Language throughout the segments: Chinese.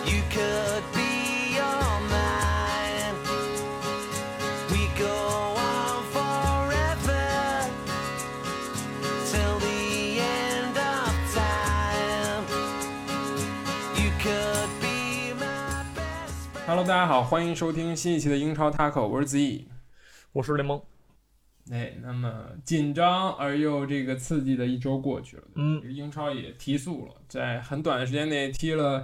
You could be all mine. We go on forever till the end of time. You could be my best friend. Hello， 大家好，欢迎收听新一期的英超 Taco， 我是子毅， 我是联盟。 那么紧张而又这个刺激的一周过去了，英超也提速了，在很短的时间内踢了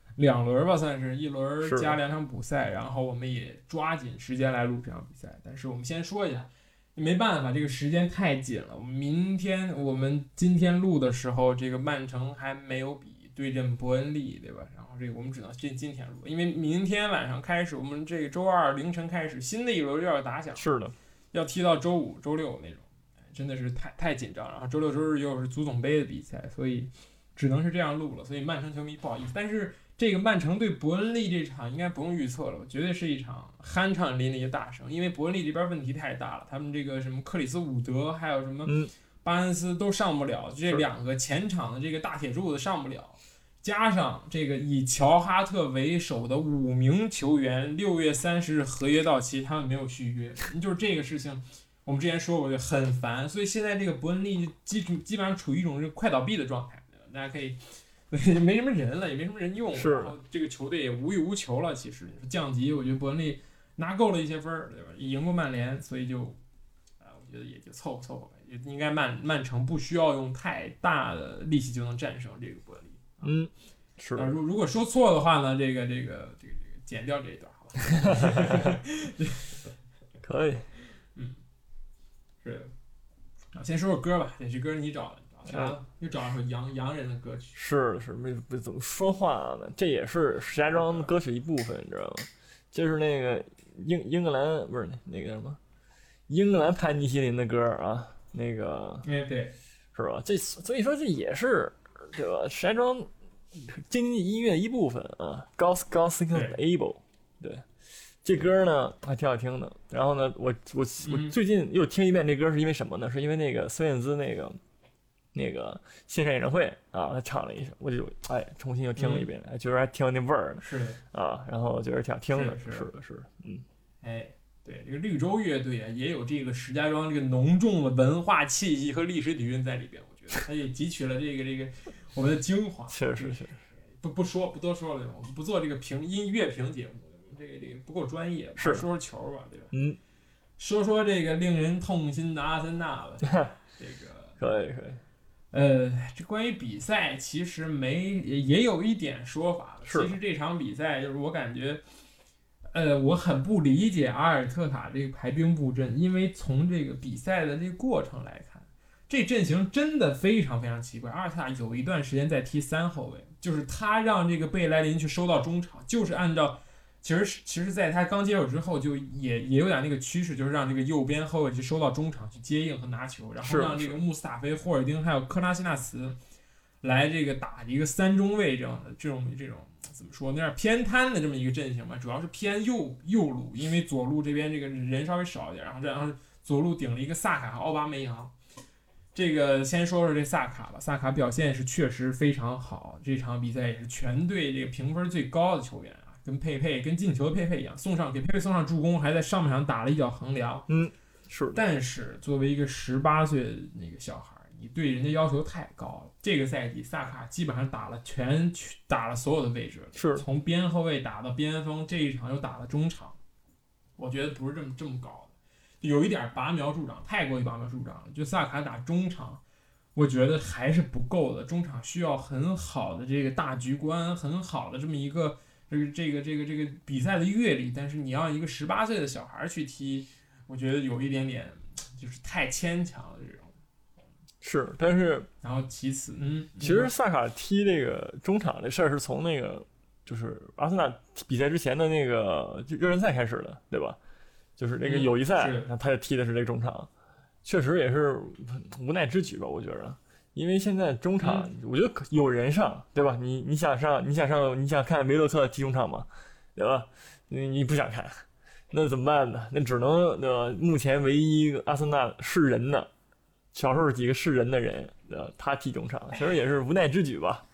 2轮吧，算是1轮加2场补赛，然后我们也抓紧时间来录这场比赛。但是我们先说一下，没办法，这个时间太紧了。我们今天录的时候，这个曼城还没有比对阵伯恩利，对吧？然后这个我们只能今天录，因为明天晚上开始，我们这个周二凌晨开始，新的一轮就要打响。 是的。 要踢到周5、周6那种，真的是太紧张。然后周6、周日又是足总杯的比赛，所以只能是这样录了。所以曼城球迷不好意思，但是这个曼城对伯恩利这场应该不用预测了，绝对是一场酣畅淋漓的大胜。因为伯恩利这边问题太大了，他们这个什么克里斯伍德还有什么巴恩斯都上不了，这2个前场的这个大铁柱子上不了。加上这个以乔哈特为首的5名球员6月30日合约到期，他们没有续约，就是这个事情，我们之前说过就很烦，所以现在这个伯恩利基本上处于一种快倒闭的状态，大家可以没什么人了，也没什么人用，然后这个球队也无欲无求了。其实降级，我觉得伯恩利拿够了一些分，对吧？赢过曼联，所以就我觉得也就凑合吧，也应该曼城不需要用太大的力气就能战胜这个伯恩利。 是。 如果说错的话呢，这个剪掉这一段好了。 可以。 是。先说说歌吧，这歌你找的，又找了首洋人的歌曲。 是没怎么说话呢？这也是石家庄歌曲一部分，你知道吗？就是那个英格兰不是那个什么，英格兰潘尼西林的歌啊，那个对， 是吧？所以说这也是。对吧？石家庄经济音乐的一部分啊 ，Gossip Able， 对，这歌呢还挺好听的。然后呢，我最近又听一遍这歌，是因为什么呢？是因为那个孙燕姿那个线上演唱会啊，他唱了一首，我就重新又听了一遍，觉得还挺有那味儿的。 是的啊，然后觉得挺好听的。是的， 对，这个绿洲乐队啊，也有这个石家庄这个浓重的文化气息和历史底蕴在里边，我觉得它也汲取了这个我们的精华。 是， 不多说了，我们不做这个音乐评节目，这个不够专业， 是说球吧，对吧？说这个令人痛心的阿森纳吧，这个可以。 这关于比赛其实也有一点说法的。其实这场比赛就是我感觉。我很不理解阿尔特塔这个排兵布阵，因为从这个比赛的这个过程来看，这阵型真的非常非常奇怪。阿尔特塔有一段时间在踢3后卫，就是他让这个贝莱林去收到中场，就是按照其实在他刚接手之后就也有点那个趋势，就是让这个右边后卫去收到中场去接应和拿球，然后让这个穆斯塔菲、霍尔丁还有科拉西纳茨来这个打一个3中卫这种怎么说，有点偏瘫的这么一个阵型吧，主要是偏右路，因为左路这边这个人稍微少一点，然后左路顶了一个萨卡和奥巴梅扬。这个先说说这萨卡吧，萨卡表现是确实非常好，这场比赛也是全队这个评分最高的球员啊，跟进球的佩佩一样，给佩佩送上助攻，还在上半场打了一脚横梁。 是。 但是作为一个18岁的那个小孩，你对人家要求太高了。这个赛季萨卡基本上打了所有的位置， 是从边后卫打到边锋，这一场又打了中场，我觉得不是这么高的，有一点拔苗助长，太过于拔苗助长了。就萨卡打中场，我觉得还是不够的，中场需要很好的这个大局观，很好的这么一个这个比赛的阅历，但是你要一个18岁的小孩去踢，我觉得有一点点就是太牵强了这种。 是，但是然后其次， 其实萨卡踢这个中场这事儿是从那个就是阿森纳比赛之前的那个热身赛开始的，对吧？就是那个友谊赛，他就踢的是这个中场，确实也是无奈之举吧，我觉得。因为现在中场，我觉得有人上，对吧？你想看梅洛特踢中场吗？对吧？你不想看，那怎么办呢？那只能目前唯一一个阿森纳是人的，少数几个是人的人，他踢中场，其实也是无奈之举吧。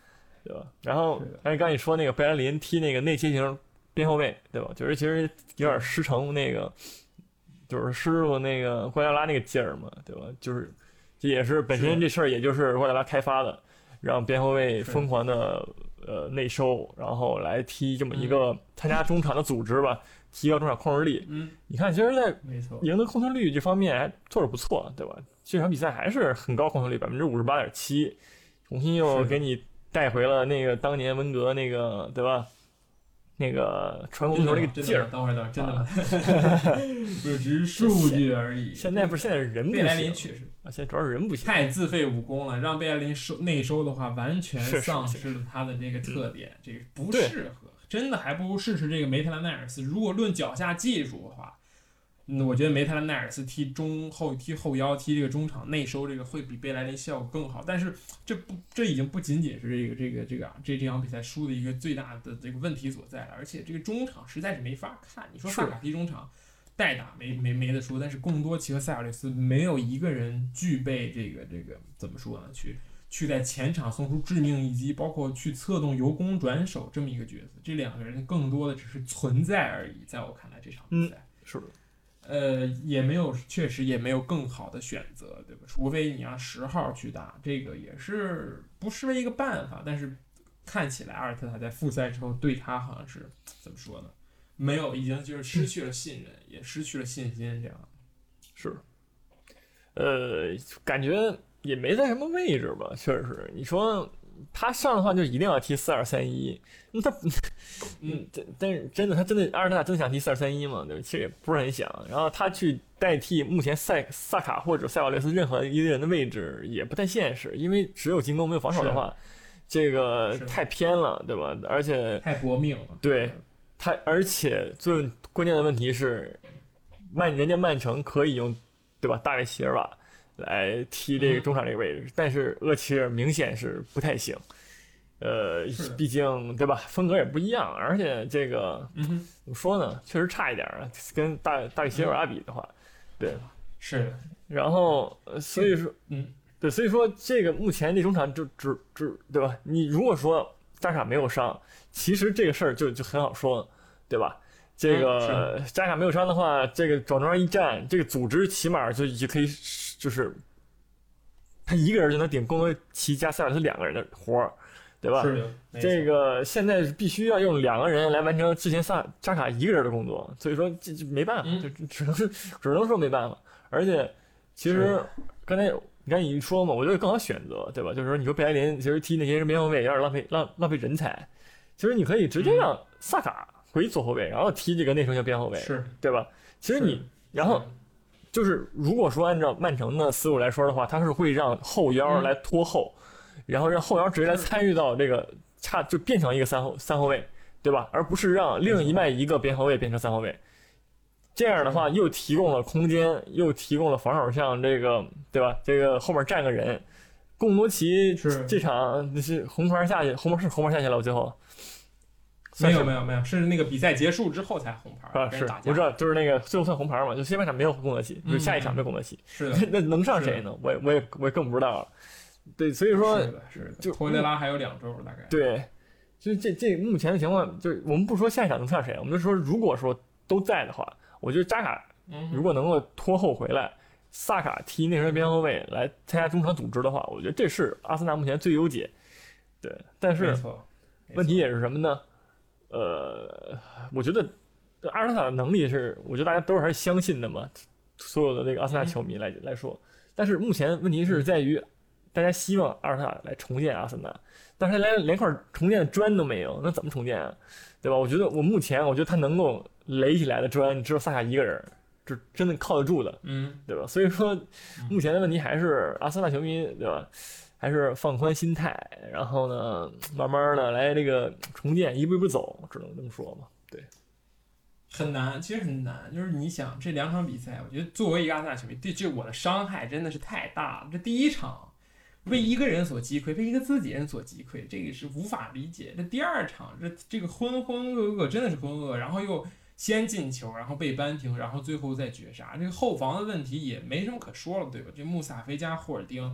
对吧？然后刚你说那个贝莱林踢那个内切型边后卫，对吧？就是其实有点师承那个，就是师傅那个瓜迪奥拉那个劲儿嘛，对吧？就是这也是本身这事儿，也就是瓜迪奥拉开发的，让边后卫疯狂的内收，然后来踢这么一个参加中场的组织吧，提高中场控制力。你看，其实在赢得控球率这方面还做得不错，对吧？这场比赛还是很高控球率，58.7%，重新又给你带回了那个当年温格那个，对吧？那个传控球那个劲儿。 等会儿，真的吗？不是，只是数据而已。 现在人不行。 贝莱林确实啊，现在主要是人不行， 太自废武功了。让贝莱林内收的话，完全丧失了他的这个特点，这个不适合。真的还不如试试这个梅特兰奈尔斯。如果论脚下技术的话，我觉得梅特兰奈尔斯踢中后、踢后腰、踢这个中场内收，这个会比贝莱林效果更好。但是这已经不仅仅是这场比赛输的一个最大的这个问题所在了，而且这个中场实在是没法看。你说萨卡踢中场代打没得说，但是贡多齐和塞尔维斯没有一个人具备这个怎么说呢？去在前场送出致命一击，包括去策动由攻转守这么一个角色。这两个人更多的只是存在而已。在我看来，这场比赛是的。 确实也没有更好的选择，对吧？除非你让10号去打，这个也是不失为一个办法。但是看起来阿尔特塔在复赛之后对他好像是怎么说呢？没有，已经就是失去了信任，也失去了信心，这样是。感觉也没在什么位置吧，确实是。你说他上的话就一定要踢4-2-3-1，但是真的阿尔特塔真的想踢4-2-3-1吗？对，其实也不是很想。然后他去代替目前萨卡或者塞瓦略斯任何一个人的位置也不太现实，因为只有进攻没有防守的话，这个太偏了，对吧？而且太搏命了。 对，而且最关键的问题是，人家曼城可以用，对吧？大卫席尔瓦来踢这个中场这个位置，但是厄齐尔明显是不太行。毕竟对吧，风格也不一样，而且这个怎么说呢，确实差一点啊，跟大卫席尔瓦比的话，对， 是的。 然后所以说，对，所以说这个目前这中场就对吧？你如果说扎卡没有伤，其实这个事儿就很好说，对吧？这个扎卡没有伤的话，这个转中一站，这个组织起码就可以，就是他一个人就能顶贡多齐加塞尔斯2个人的活儿，对吧？ 是的。 这个现在必须要用2个人来完成之前扎卡1个人的工作，所以说这没办法，就只能说没办法。而且其实刚才你看你说嘛，我觉得更好选择，对吧？就是说你说贝莱林其实踢那些边后卫有点浪费人才，其实你可以直接让萨卡回左后卫，然后踢这个内收型边后卫，对吧？其实然后就是如果说按照曼城的思路来说的话，他是会让后腰来拖后，然后让后腰直接来参与到这个就变成一个三后卫，对吧？而不是让另一个边后卫变成3后卫。这样的话，又提供了空间，又提供了防守上这个，对吧？这个后面站个人，贡多齐这场是红牌下去，红牌下去了，最后。 没有，是那个比赛结束之后才红牌啊，是我知道，就是那个最后算红牌嘛，就下半场没有贡多齐，就是下一场没有贡多齐， 是的， 那能上谁呢？我也更不知道了。对，所以说是的，就托雷拉还有2周大概。 对，就这目前的情况，就是我们不说下一场能上谁，我们就说如果说都在的话，我觉得扎卡如果能够拖后回来，萨卡踢内侧边后卫来参加中场组织的话，我觉得这是阿森纳目前最优解。对，但是问题也是什么呢？我觉得阿尔特塔的能力是，我觉得大家都是还是相信的嘛，所有的这个阿森纳球迷来说。但是目前问题是在于，大家希望阿尔特塔来重建阿森纳，但是他连块重建的砖都没有，那怎么重建啊？对吧？我觉得他能够垒起来的砖，只有萨卡一个人，这真的靠得住的，对吧？所以说，目前的问题还是阿森纳球迷，对吧？还是放宽心态，然后呢，慢慢的来这个重建，一步一步走，只能这么说嘛。对， 很难，其实很难。就是你想这2场比赛，我觉得作为一个阿森纳球迷，对这我的伤害真的是太大了。这第1场为一个人所击溃，为一个自己人所击溃，这个是无法理解。这第2场，这个浑噩真的是浑噩，然后又先进球，然后被扳平，然后最后再绝杀。这个后防的问题也没什么可说了，对吧？这穆萨菲加霍尔丁。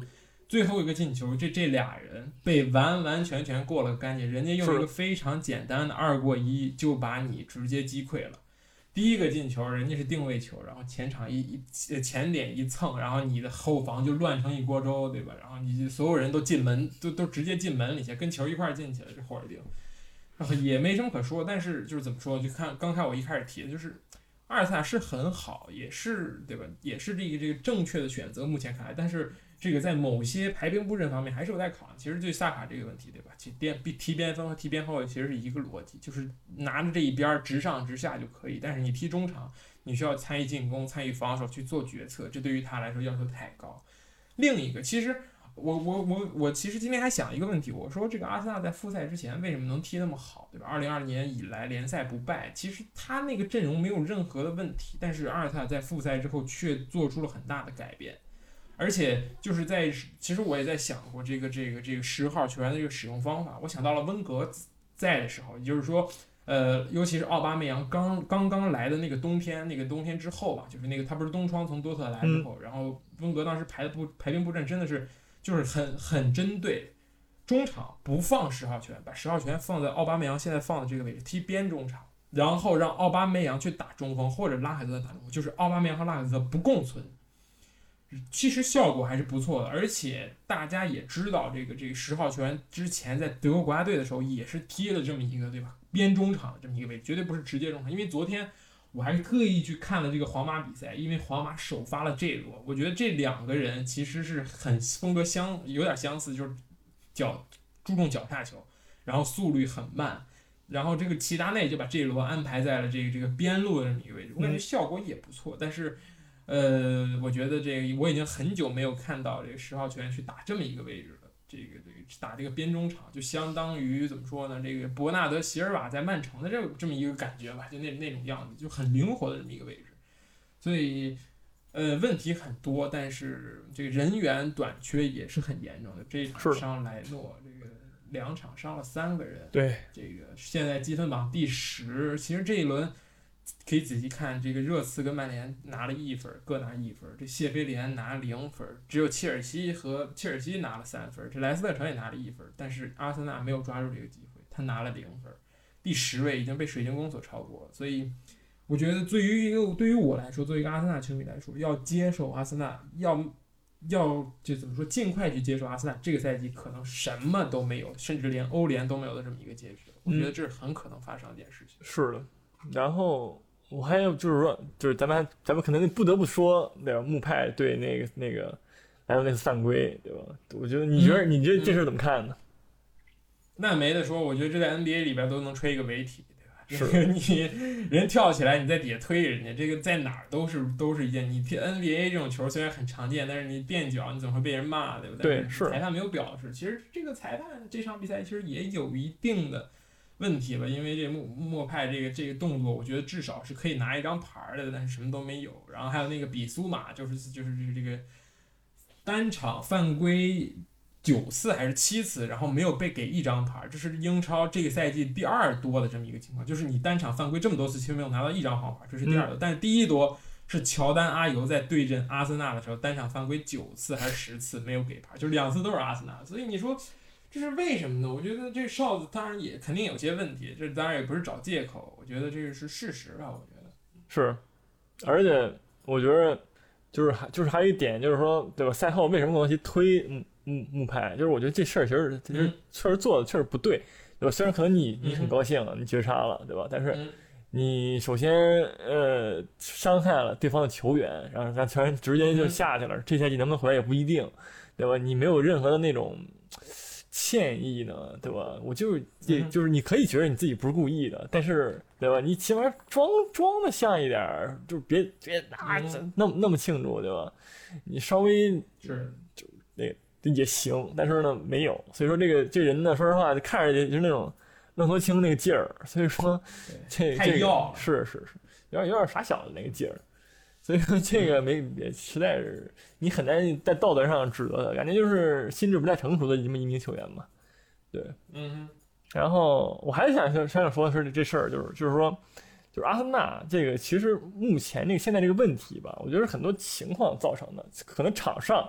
最后一个进球，这俩人被完完全全过了干净，人家用一个非常简单的2过1就把你直接击溃了。第一个进球，人家是定位球，然后前场前点一蹭，然后你的后防就乱成一锅粥，对吧？然后你所有人都进门，都直接进门里去，跟球一块进去了，这霍尔丁，然后也没什么可说。但是就是怎么说，就看刚才我一开始提的，就是阿尔萨纳是很好，也是对吧？也是这个正确的选择，目前看来，但是这个在某些排兵布阵方面还是有待考量。其实对萨卡这个问题，对吧？踢边锋和踢边后卫其实是一个逻辑，就是拿着这一边直上直下就可以，但是你踢中场，你需要参与进攻、参与防守去做决策，这对于他来说要求太高。另一个，其实我其实今天还想一个问题，我说这个阿森纳在复赛之前为什么能踢那么好，对吧？2020年以来联赛不败，其实他那个阵容没有任何的问题，但是阿尔特塔在复赛之后却做出了很大的改变。而且就是其实我也在想过这个10号球员的这个使用方法，我想到了温格在的时候，也就是说，尤其是奥巴梅扬刚来的那个冬天之后吧，就是那个他不是冬窗从多特来之后，然后温格当时排兵布阵真的是就是很针对中场不放10号球员，把10号球员放在奥巴梅扬现在放的这个位置踢边中场，然后让奥巴梅扬去打中锋或者拉海泽打中锋，就是奥巴梅扬和拉海泽不共存。其实效果还是不错的，而且大家也知道这个10号球员之前在德国国家队的时候也是踢了这么一个，对吧？边中场的这么一个位置，绝对不是直接中场。因为昨天我还是特意去看了这个皇马比赛，因为皇马首发了这罗，我觉得这2个人其实是很风格有点相似，就是注重脚下球，然后速率很慢，然后这个齐达内就把这罗安排在了这个边路的这么一个位置，我感觉效果也不错，但是。我觉得这个我已经很久没有看到这个10号球员去打这么一个位置了。这个打这个边中场，就相当于怎么说呢？这个伯纳德·席尔瓦在曼城的这么一个感觉吧，就那种样子，就很灵活的这么一个位置。所以，问题很多，但是这个人员短缺也是很严重的。这一场伤莱诺，这个2场伤了3个人。 对， 这个现在积分榜第10，其实这一轮。可以仔细看，这个热刺跟曼联拿了1分，各拿1分。这谢菲联拿0分，只有切尔西拿了3分，这莱斯特城也拿了1分。但是阿森纳没有抓住这个机会，他拿了0分，第10位已经被水晶宫所超过了。所以我觉得对于我来说，作为一个阿森纳球迷来说，要接受阿森纳，要就怎么说，尽快去接受阿森纳这个赛季可能什么都没有，甚至连欧联都没有的这么一个结局。我觉得这是很可能发生的一件事情。 是的。然后我还有就是说，就是咱们可能不得不说，对吧？穆派对那个还有那次犯规，对吧？我觉得你觉得这事怎么看呢？ 那没得说，我觉得这在 NBA 里边都能吹一个违体，对吧？是你人跳起来，你在底下推人家，这个在哪儿都是一件。你踢 NBA 这种球虽然很常见，但是你垫脚，你怎么会被人骂，对不对？ 对，是裁判没有表示。其实这个裁判这场比赛其实也有一定的。问题吧，因为这莫派这个动作，我觉得至少是可以拿1张牌的，但是什么都没有。然后还有那个比苏马，就是这个单场犯规9次还是7次，然后没有被给1张牌，这是英超这个赛季第2多的这么一个情况，就是你单场犯规这么多次，其实没有拿到1张黄牌，这是第2多。但是第1多是乔丹阿尤在对阵阿森纳的时候，单场犯规9次还是10次没有给牌，就是2次都是阿森纳。所以你说。这是为什么呢？我觉得这哨子当然也肯定有些问题，这当然也不是找借口，我觉得这个是事实吧。我觉得是，而且我觉得就是还有一点就是说，对吧？赛后为什么我去推穆派？就是我觉得这事儿其实确实做的确实不对，对吧？虽然可能你很高兴你绝杀了，对吧？但是你首先伤害了对方的球员，然后他全直接就下去了，这赛季能不能回来也不一定，对吧？你没有任何的那种。歉意呢，对吧？我就是你可以觉得你自己不是故意的，但是对吧？你起码装的像一点，就是别那么庆祝，对吧？你稍微是就那个也行，但是呢没有，所以说这人呢，说实话，看着就是那种愣头青那个劲儿，所以说这个是有点傻小子那个劲儿。所以说这个实在是你很难在道德上指责他，感觉就是心智不太成熟的这么一名球员嘛，对，然后我还想说的是这事儿，就是说，就是阿森纳这个其实目前现在这个问题吧，我觉得是很多情况造成的，可能场上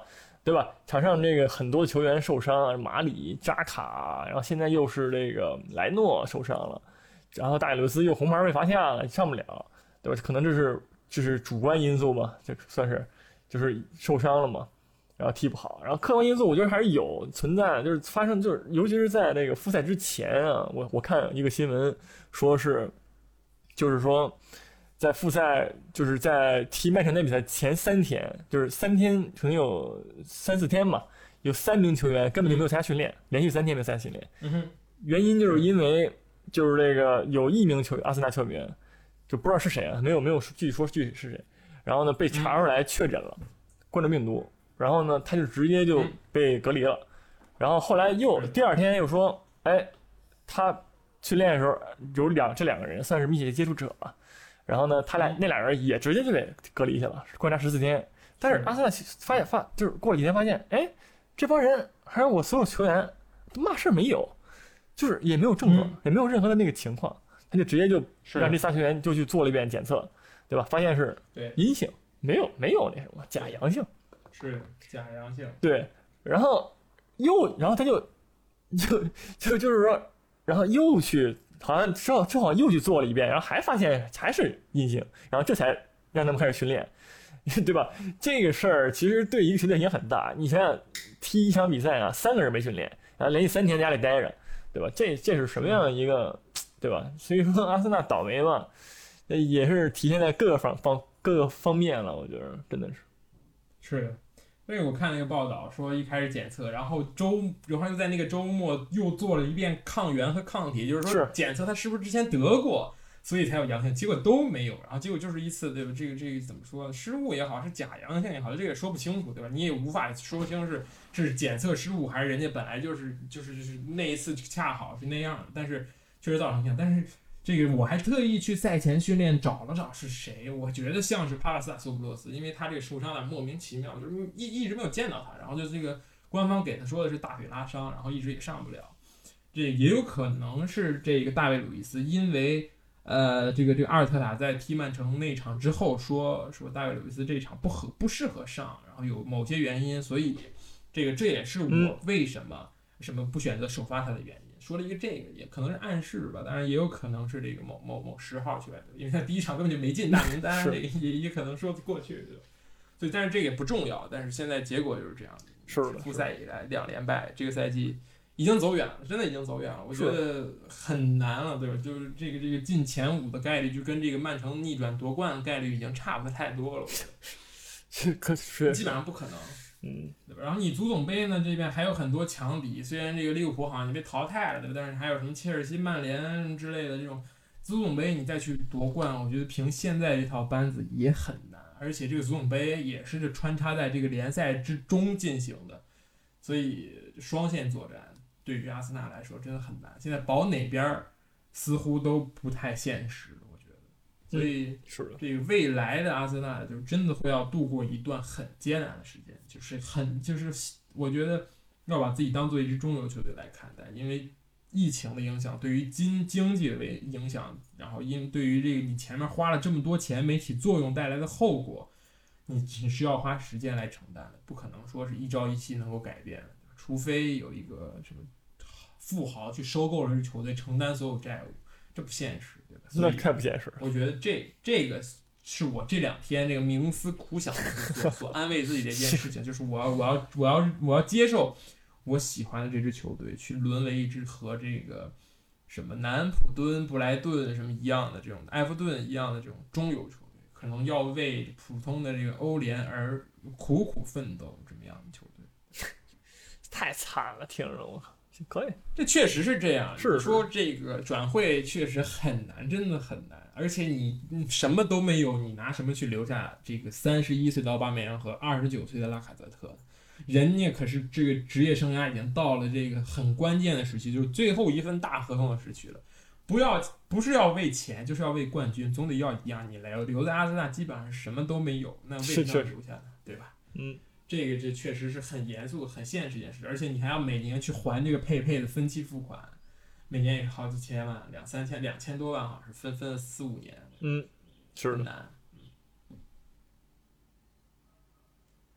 对吧？场上这个很多球员受伤啊，马里、扎卡，然后现在又是这个莱诺受伤了，然后大卫·鲁伊斯又红牌被罚下了，上不了，对吧？可能这是主观因素吧，这算是就是受伤了嘛，然后踢不好。然后客观因素我觉得还是有存在，就是发生，就是尤其是在那个复赛之前啊，我看一个新闻说是，就是说。在复赛，就是在踢曼城那比赛前3天，就是3天，可能有3、4天吧，有3名球员根本就没有参加训练，连续3天没有参加训练。原因就是因为就是这个有1名球员，阿森纳球员，就不知道是谁啊，没有具体是谁。然后呢，被查出来确诊了冠状病毒，然后呢，他就直接就被隔离了。然后后来第2天又说，哎，他训练的时候有这2个人算是密切接触者吧。然后呢，那俩人也直接就给隔离去了，观察14天。但是阿森纳就是过了几天发现，哎，这帮人还有我所有球员，嘛事没有，就是也没有症状，也没有任何的那个情况，他就直接就让这3球员就去做了一遍检测，对吧？发现是阴性，没有那什么假阳性， 是假阳性。 对，然后他就是说，然后又去。好像正好又去做了一遍，然后还发现还是阴性，然后这才让他们开始训练，对吧？这个事儿其实对一个球队影响很大。你想想，踢一场比赛啊，3个人没训练，然后连续3天在家里待着，对吧？这是什么样的一个，对吧？所以说阿森纳倒霉嘛，也是体现在各个方面了，我觉得真的是的。因为我看那个报道说，一开始检测，然后又在那个周末又做了一遍抗原和抗体，就是说检测他是不是之前得过，所以才有阳性，结果都没有，然后结果就是一次，对吧？这个怎么说，失误也好，是假阳性也好，这个也说不清楚，对吧？你也无法说清是检测失误，还是人家本来就是那一次恰好是那样的，但是确实造成影响，但是。这个我还特意去赛前训练找了找是谁，我觉得像是帕拉斯塔索普洛斯，因为他这个受伤的莫名其妙，就是一直没有见到他，然后就这个官方给他说的是大腿拉伤，然后一直也上不了。这也有可能是这个大卫·鲁伊斯，因为这个阿尔特塔在踢曼城那场之后说大卫·鲁伊斯这场不适合上，然后有某些原因，所以这也是我为什么不选择首发他的原因。说了一个这个，也可能是暗示吧，当然也有可能是这个某10号球员，因为他第1场根本就没进大名单，这个也可能说得过去，对吧？所以，但是这个也不重要，但是现在结果就是这样的。 是的， 复赛以来2连败，这个赛季已经走远了，真的已经走远了，我觉得很难了，对吧？就是这个进前5的概率，就跟这个曼城逆转夺冠的概率已经差不太多了，我觉得基本上不可能。对吧？然后你足总杯呢，这边还有很多强敌，虽然这个利物浦好像也被淘汰了，对吧？但是还有什么切尔西、曼联之类的这种足总杯，你再去夺冠，我觉得凭现在这套班子也很难。而且这个足总杯也是穿插在这个联赛之中进行的，所以双线作战对于阿森纳来说真的很难。现在保哪边似乎都不太现实。所以，这个未来的阿森纳就真的会要度过一段很艰难的时间，就是我觉得要把自己当做一支中游球队来看待，因为疫情的影响对于经济的影响，然后对于这个你前面花了这么多钱没起作用带来的后果，你需要花时间来承担的，不可能说是一朝一夕能够改变的，除非有一个什么富豪去收购了这支球队，承担所有债务，这不现实。 那太不现实。 我觉得这个是我这2天这个冥思苦想所安慰自己的一件事情，就是我要接受我喜欢的这支球队去沦为一支和这个什么南安普敦、布莱顿什么一样的这种埃弗顿一样的这种中游球队，可能要为普通的这个欧联而苦苦奋斗这么样的球队， 太惨了，听着我靠。可以， 这确实是这样。 是说这个转会确实很难，真的很难。而且你什么都没有，你拿什么去留下这个31岁的奥巴梅扬和29岁的拉卡泽特？人家可是这个职业生涯已经到了这个很关键的时期，就是最后一份大合同的时期了。不是要为钱，就是要为冠军，总得要一样。你留在阿森纳基本上什么都没有，那为什么要留下呢？对吧？这确实是很严肃、很现实一件事，而且你还要每年去还这个佩的分期付款，每年也是好几千万，2000多万，好像是分了4-5年， 是难。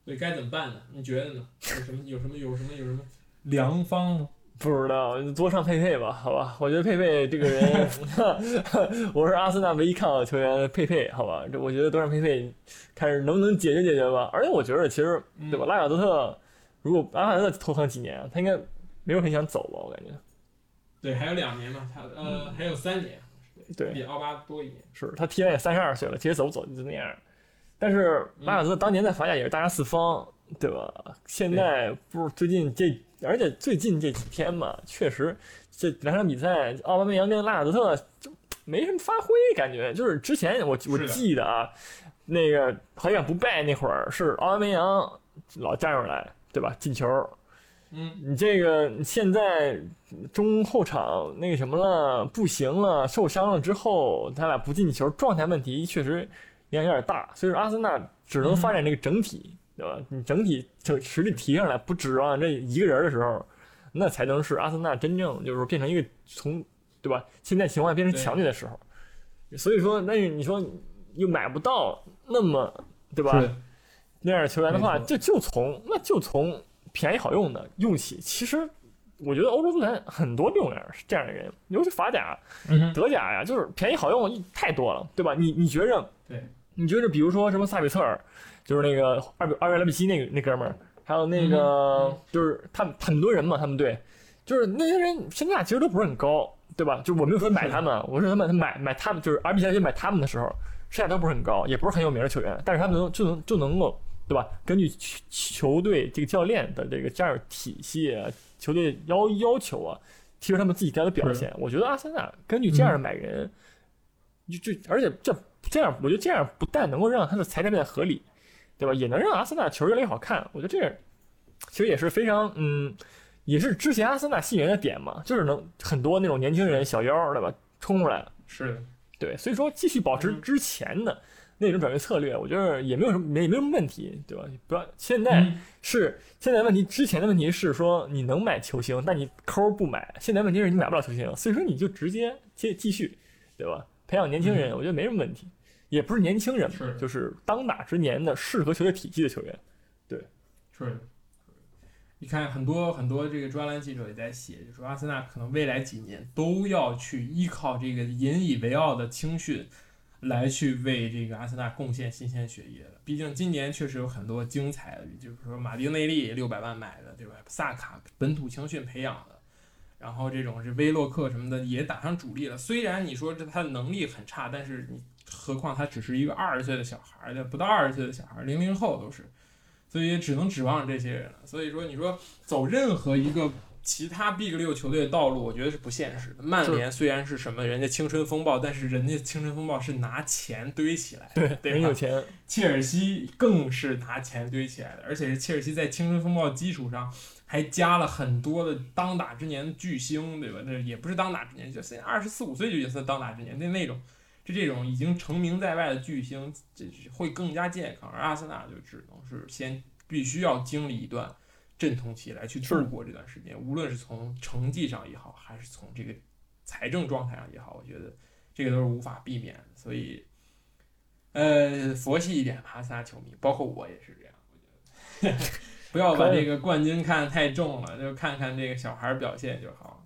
对，该怎么办呢？你觉得呢？有什么良方吗？ 不知道，多上佩佩吧，好吧？我觉得佩佩这个人，我是阿森纳唯一看好的球员，佩佩，好吧？这我觉得多上佩佩，看是能不能解决吧。而且我觉得其实，对吧？拉卡泽特，如果拉卡泽特拖上几年，他应该没有很想走吧？我感觉。 对，还有2年嘛，还有3年， 对， 比奥巴多1年。 是他踢完也32岁了，其实走不走就那样。但是拉卡泽特当年在法甲也是大杀四方，对吧？现在不是最近而且最近这几天嘛，确实这2场比赛，奥巴梅扬跟拉卡泽特就没什么发挥，感觉就是之前我记得啊，那个好像不败那会儿是奥巴梅扬老站出来，对吧？进球。你这个现在中后场那个什么了，不行了，受伤了之后，他俩不进球，状态问题确实有点大，所以说阿森纳只能发展这个整体，对吧？你整体实力提上来，不指望这一个人的时候，那才能是阿森纳真正就是说变成一个对吧？现在情况变成强队的时候，所以说，那你说又买不到那么对吧？那样的球员的话，就从便宜好用的用起。其实我觉得欧洲足坛很多这样的人，尤其法甲、德甲呀，就是便宜好用太多了，对吧？你觉着？ 对， 你觉着比如说什么萨比策尔，就是那个阿约拉比西那哥们儿，还有那个就是他们很多人嘛，他们队就是那些人身价其实都不是很高，对吧？就我没有说买他们，我说他们买他们，就是 RB 买他们的时候，身价都不是很高，也不是很有名的球员，但是他们就能够。对吧？根据球队这个教练的这个战术体系啊，球队要求啊，提升他们自己该的表现。我觉得阿森纳根据这样的买人，而且这样，我觉得这样不但能够让他的财产变得合理，对吧？也能让阿森纳球越来越好看。我觉得这样其实也是非常也是之前阿森纳吸引人的点嘛，就是能很多那种年轻人小腰，对吧？冲出来。 是的， 对，所以说继续保持之前的。那种转会策略，我觉得也没有什么问题，对吧？不要现在问题，之前的问题是说你能买球星，但你抠不买。现在问题是你买不了球星，所以说你就直接继续，对吧？培养年轻人，我觉得没什么问题，也不是年轻人嘛，就是当打之年的适合球队体系的球员。对， 是。你看很多这个专栏记者也在写，就说阿森纳可能未来几年都要去依靠这个引以为傲的青训。来去为这个阿森纳贡献新鲜血液了。毕竟今年确实有很多精彩的，就是说马丁内利600万买的，对吧？萨卡本土青训培养的，然后这种是威洛克什么的也打上主力了。虽然你说他的能力很差，但是你何况他只是一个20岁的小孩，不到20岁的小孩，00后都是，所以也只能指望这些人了。所以说，你说走任何一个其他 Big 6球队的道路，我觉得是不现实的。曼联虽然是什么人家青春风暴，但是人家青春风暴是拿钱堆起来的，对吧？ 很有钱。 切尔西更是拿钱堆起来的，而且是切尔西在青春风暴基础上还加了很多的当打之年的巨星，对吧？这也不是当打之年，就现在24、25岁就也算当打之年，那种这种已经成名在外的巨星，这会更加健康。而阿森纳就只能是必须要经历一段阵痛期来去度过这段时间，无论是从成绩上也好，还是从这个财政状态上也好，我觉得这个都是无法避免的。所以，佛系一点吧，阿森纳球迷，包括我也是这样，我觉得不要把这个冠军看太重了，就看看这个小孩表现就好。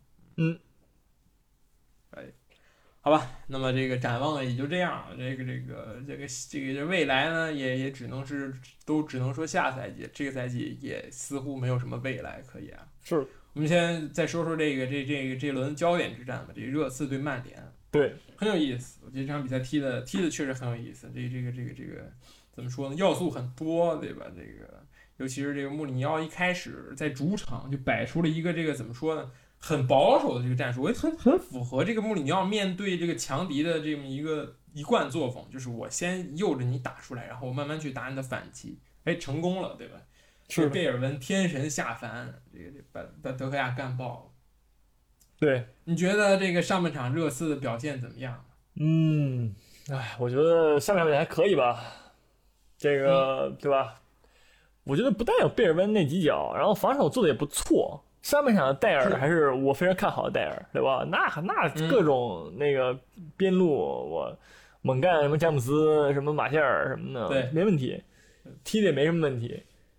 好吧，那么这个展望也就这样了。这个未来呢，也只能说下赛季，这个赛季也似乎没有什么未来可言。 是， 我们先再说说这轮焦点之战吧，这个热刺对曼联， 对， 很有意思。我觉得这场比赛踢的确实很有意思。这个怎么说呢？要素很多，对吧？这个尤其是这个穆里尼奥一开始在主场就摆出了一个这个怎么说呢？很保守的这个战术，我也很符合这个穆里尼奥面对这个强敌的这么一贯作风，就是我先诱着你打出来，然后我慢慢去打你的反击，成功了，对吧？是贝尔文天神下凡，这把德赫亚干爆了。 对， 你觉得这个上半场热刺的表现怎么样？ 我觉得上半场还可以吧，这个对吧？我觉得不但有贝尔温那几脚，然后防守做的也不错。上半场的戴尔还是我非常看好的戴尔，对吧？那各种那个边路我猛干什么詹姆斯什么马歇尔什么的， 对， 没问题，踢的也没什么问题。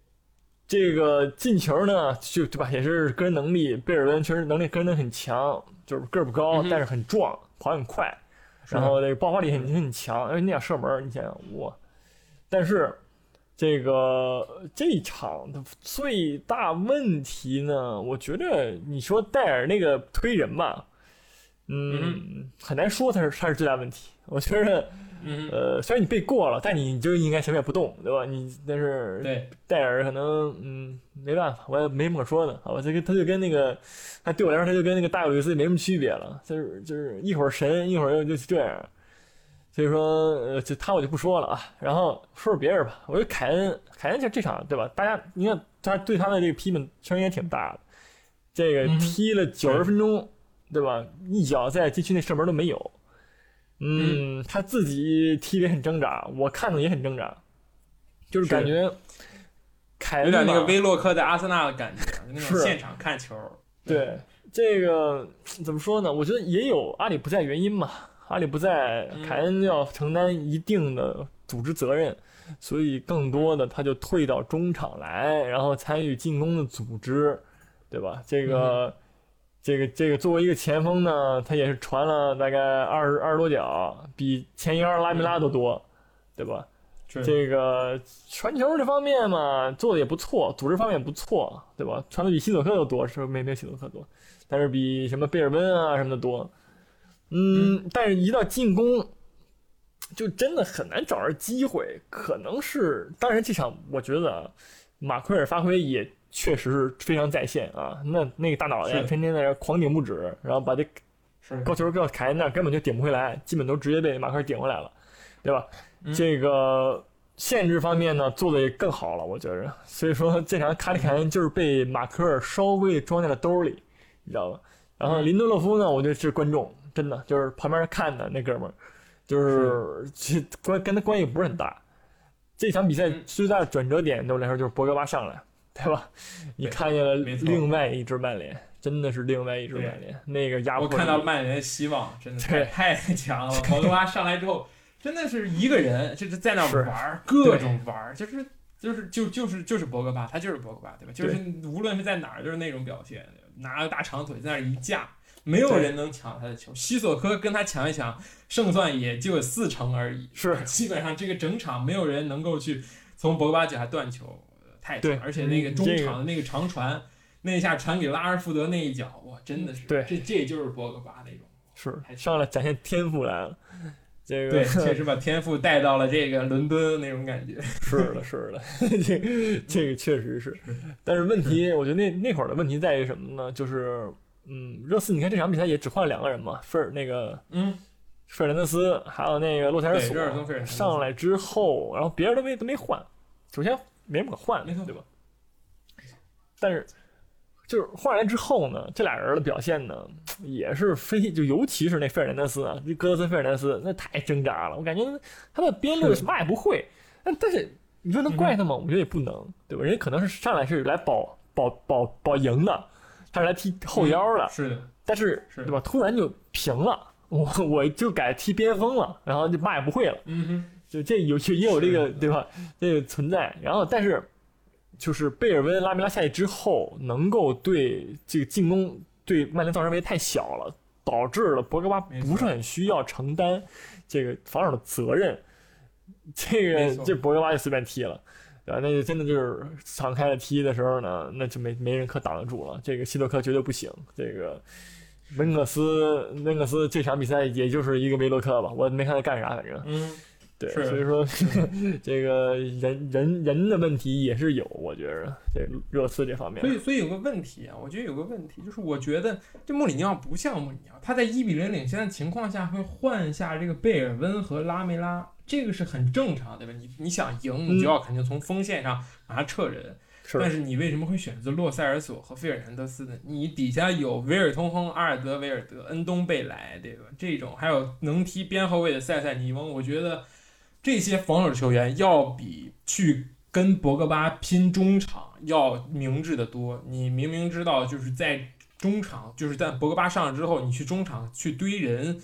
这个进球呢，就对吧，也是个人能力，贝尔温确实能力个人能力很强，就是个儿不高，但是很壮，跑很快，然后这个爆发力很强，而且那样射门，你想想哇！但是这一场的最大问题呢，我觉得你说戴尔那个推人吧，很难说他是最大问题。我觉得，虽然你被过了，但你就应该什么也不动，对吧？但是对戴尔可能没办法，我也没什么可说的，好吧？他就跟那个，他对我来说他就跟那个大卫·鲁伊斯没什么区别了，就是一会儿神，一会儿又这样。所以说，就他我就不说了啊。然后说说别人吧，我觉得凯恩这场对吧？大家你看他对他的这个批评声音也挺大的。这个踢了90分钟，对吧？一脚在禁区内射门都没有。他自己踢得很挣扎，我看着也很挣扎，就是感觉凯恩有点那个威洛克在阿森纳的感觉，那种现场看球。 对，这个怎么说呢？我觉得也有阿里不在原因嘛。阿里不在，凯恩要承担一定的组织责任，所以更多的他就退到中场来，然后参与进攻的组织，对吧？这个作为一个前锋呢，他也是传了大概二十多脚，比前一拉米拉都多，对吧？这个传球这方面嘛，做的也不错，组织方面也不错，对吧？传的比希索克都多，是没有希索克多，但是比什么贝尔温啊什么的多。但是一到进攻，就真的很难找着机会。可能是，当然这场我觉得马奎尔发挥也确实是非常在线啊。那个大脑袋天天在这狂顶不止，然后把这高球到凯恩那根本就顶不回来，基本都直接被马奎尔顶回来了，对吧？这个限制方面呢做的也更好了，我觉着。所以说这场凯恩就是被马奎尔稍微装在了兜里，你知道吧？然后林德洛夫呢，我觉得是观众。真的就是旁边看的那哥们儿，就是跟他关系不是很大。这场比赛最大的转折点对我来说就是博格巴上来，对吧？你看见了另外一支曼联，真的是另外一支曼联，那个压迫力。 我看到曼联的希望真的太强了。博格巴上来之后，真的是一个人就是在那玩，各种玩，就是博格巴，他就是博格巴，对吧？就是无论是在哪儿，就是那种表现，拿个大长腿在那儿一架。没有人能抢他的球，希索科跟他抢一抢，胜算也就40%而已。 是， 基本上这个整场没有人能够去从博格巴脚下断球，太强。而且那个中场的那个长传，那一下传给拉什福德那一脚，哇，真的是，这就是博格巴那种， 是上来展现天赋来了。这个对，确实把天赋带到了这个伦敦那种感觉。 是的，这个确实是。但是问题，我觉得那会儿的问题在于什么呢？就是热刺，你看这场比赛也只换了2个人嘛，费尔南德斯，还有那个洛塞尔索上来之后，然后别人都没换，首先没什么可换的，对吧？但是就是换来之后呢，这俩人的表现呢也是就尤其是那费尔南德斯啊，戈德森费尔南德斯那太挣扎了，我感觉他的边路什么也不会，但是你说能怪他吗？我觉得也不能，对吧？人家可能是上来是来保赢的。他是来踢后腰的， 是的， 但是对吧？突然就平了，我就改踢边锋了，然后就嘛也不会了，就这也有这个对吧？这个存在，然后但是就是贝尔温、拉米拉下去之后，能够对这个进攻对曼联造成威胁太小了，导致了博格巴不是很需要承担这个防守的责任，这博格巴就随便踢了。对吧？那就真的就是敞开了踢的时候呢，那就没人可挡得住了。这个希洛克绝对不行。这个温克斯这场比赛也就是一个维洛克吧，我没看他干啥，反正对，所以说这个人的问题也是有，我觉着这热刺这方面。 所以有个问题啊，我觉得有个问题就是，我觉得这穆里尼奥不像穆里尼奥，他在1-0领先的情况下会换下这个贝尔温和拉梅拉。这个是很正常，对吧？你想赢，你就要肯定从锋线上把他撤人。但是你为什么会选择洛塞尔索和费尔南德斯呢？你底下有维尔通亨、阿尔德维尔德、恩东贝莱，对吧？这种还有能踢边后卫的塞尼翁，我觉得这些防守球员要比去跟博格巴拼中场要明智的多。你明明知道就是在中场，就是在博格巴上了之后，你去中场去堆人。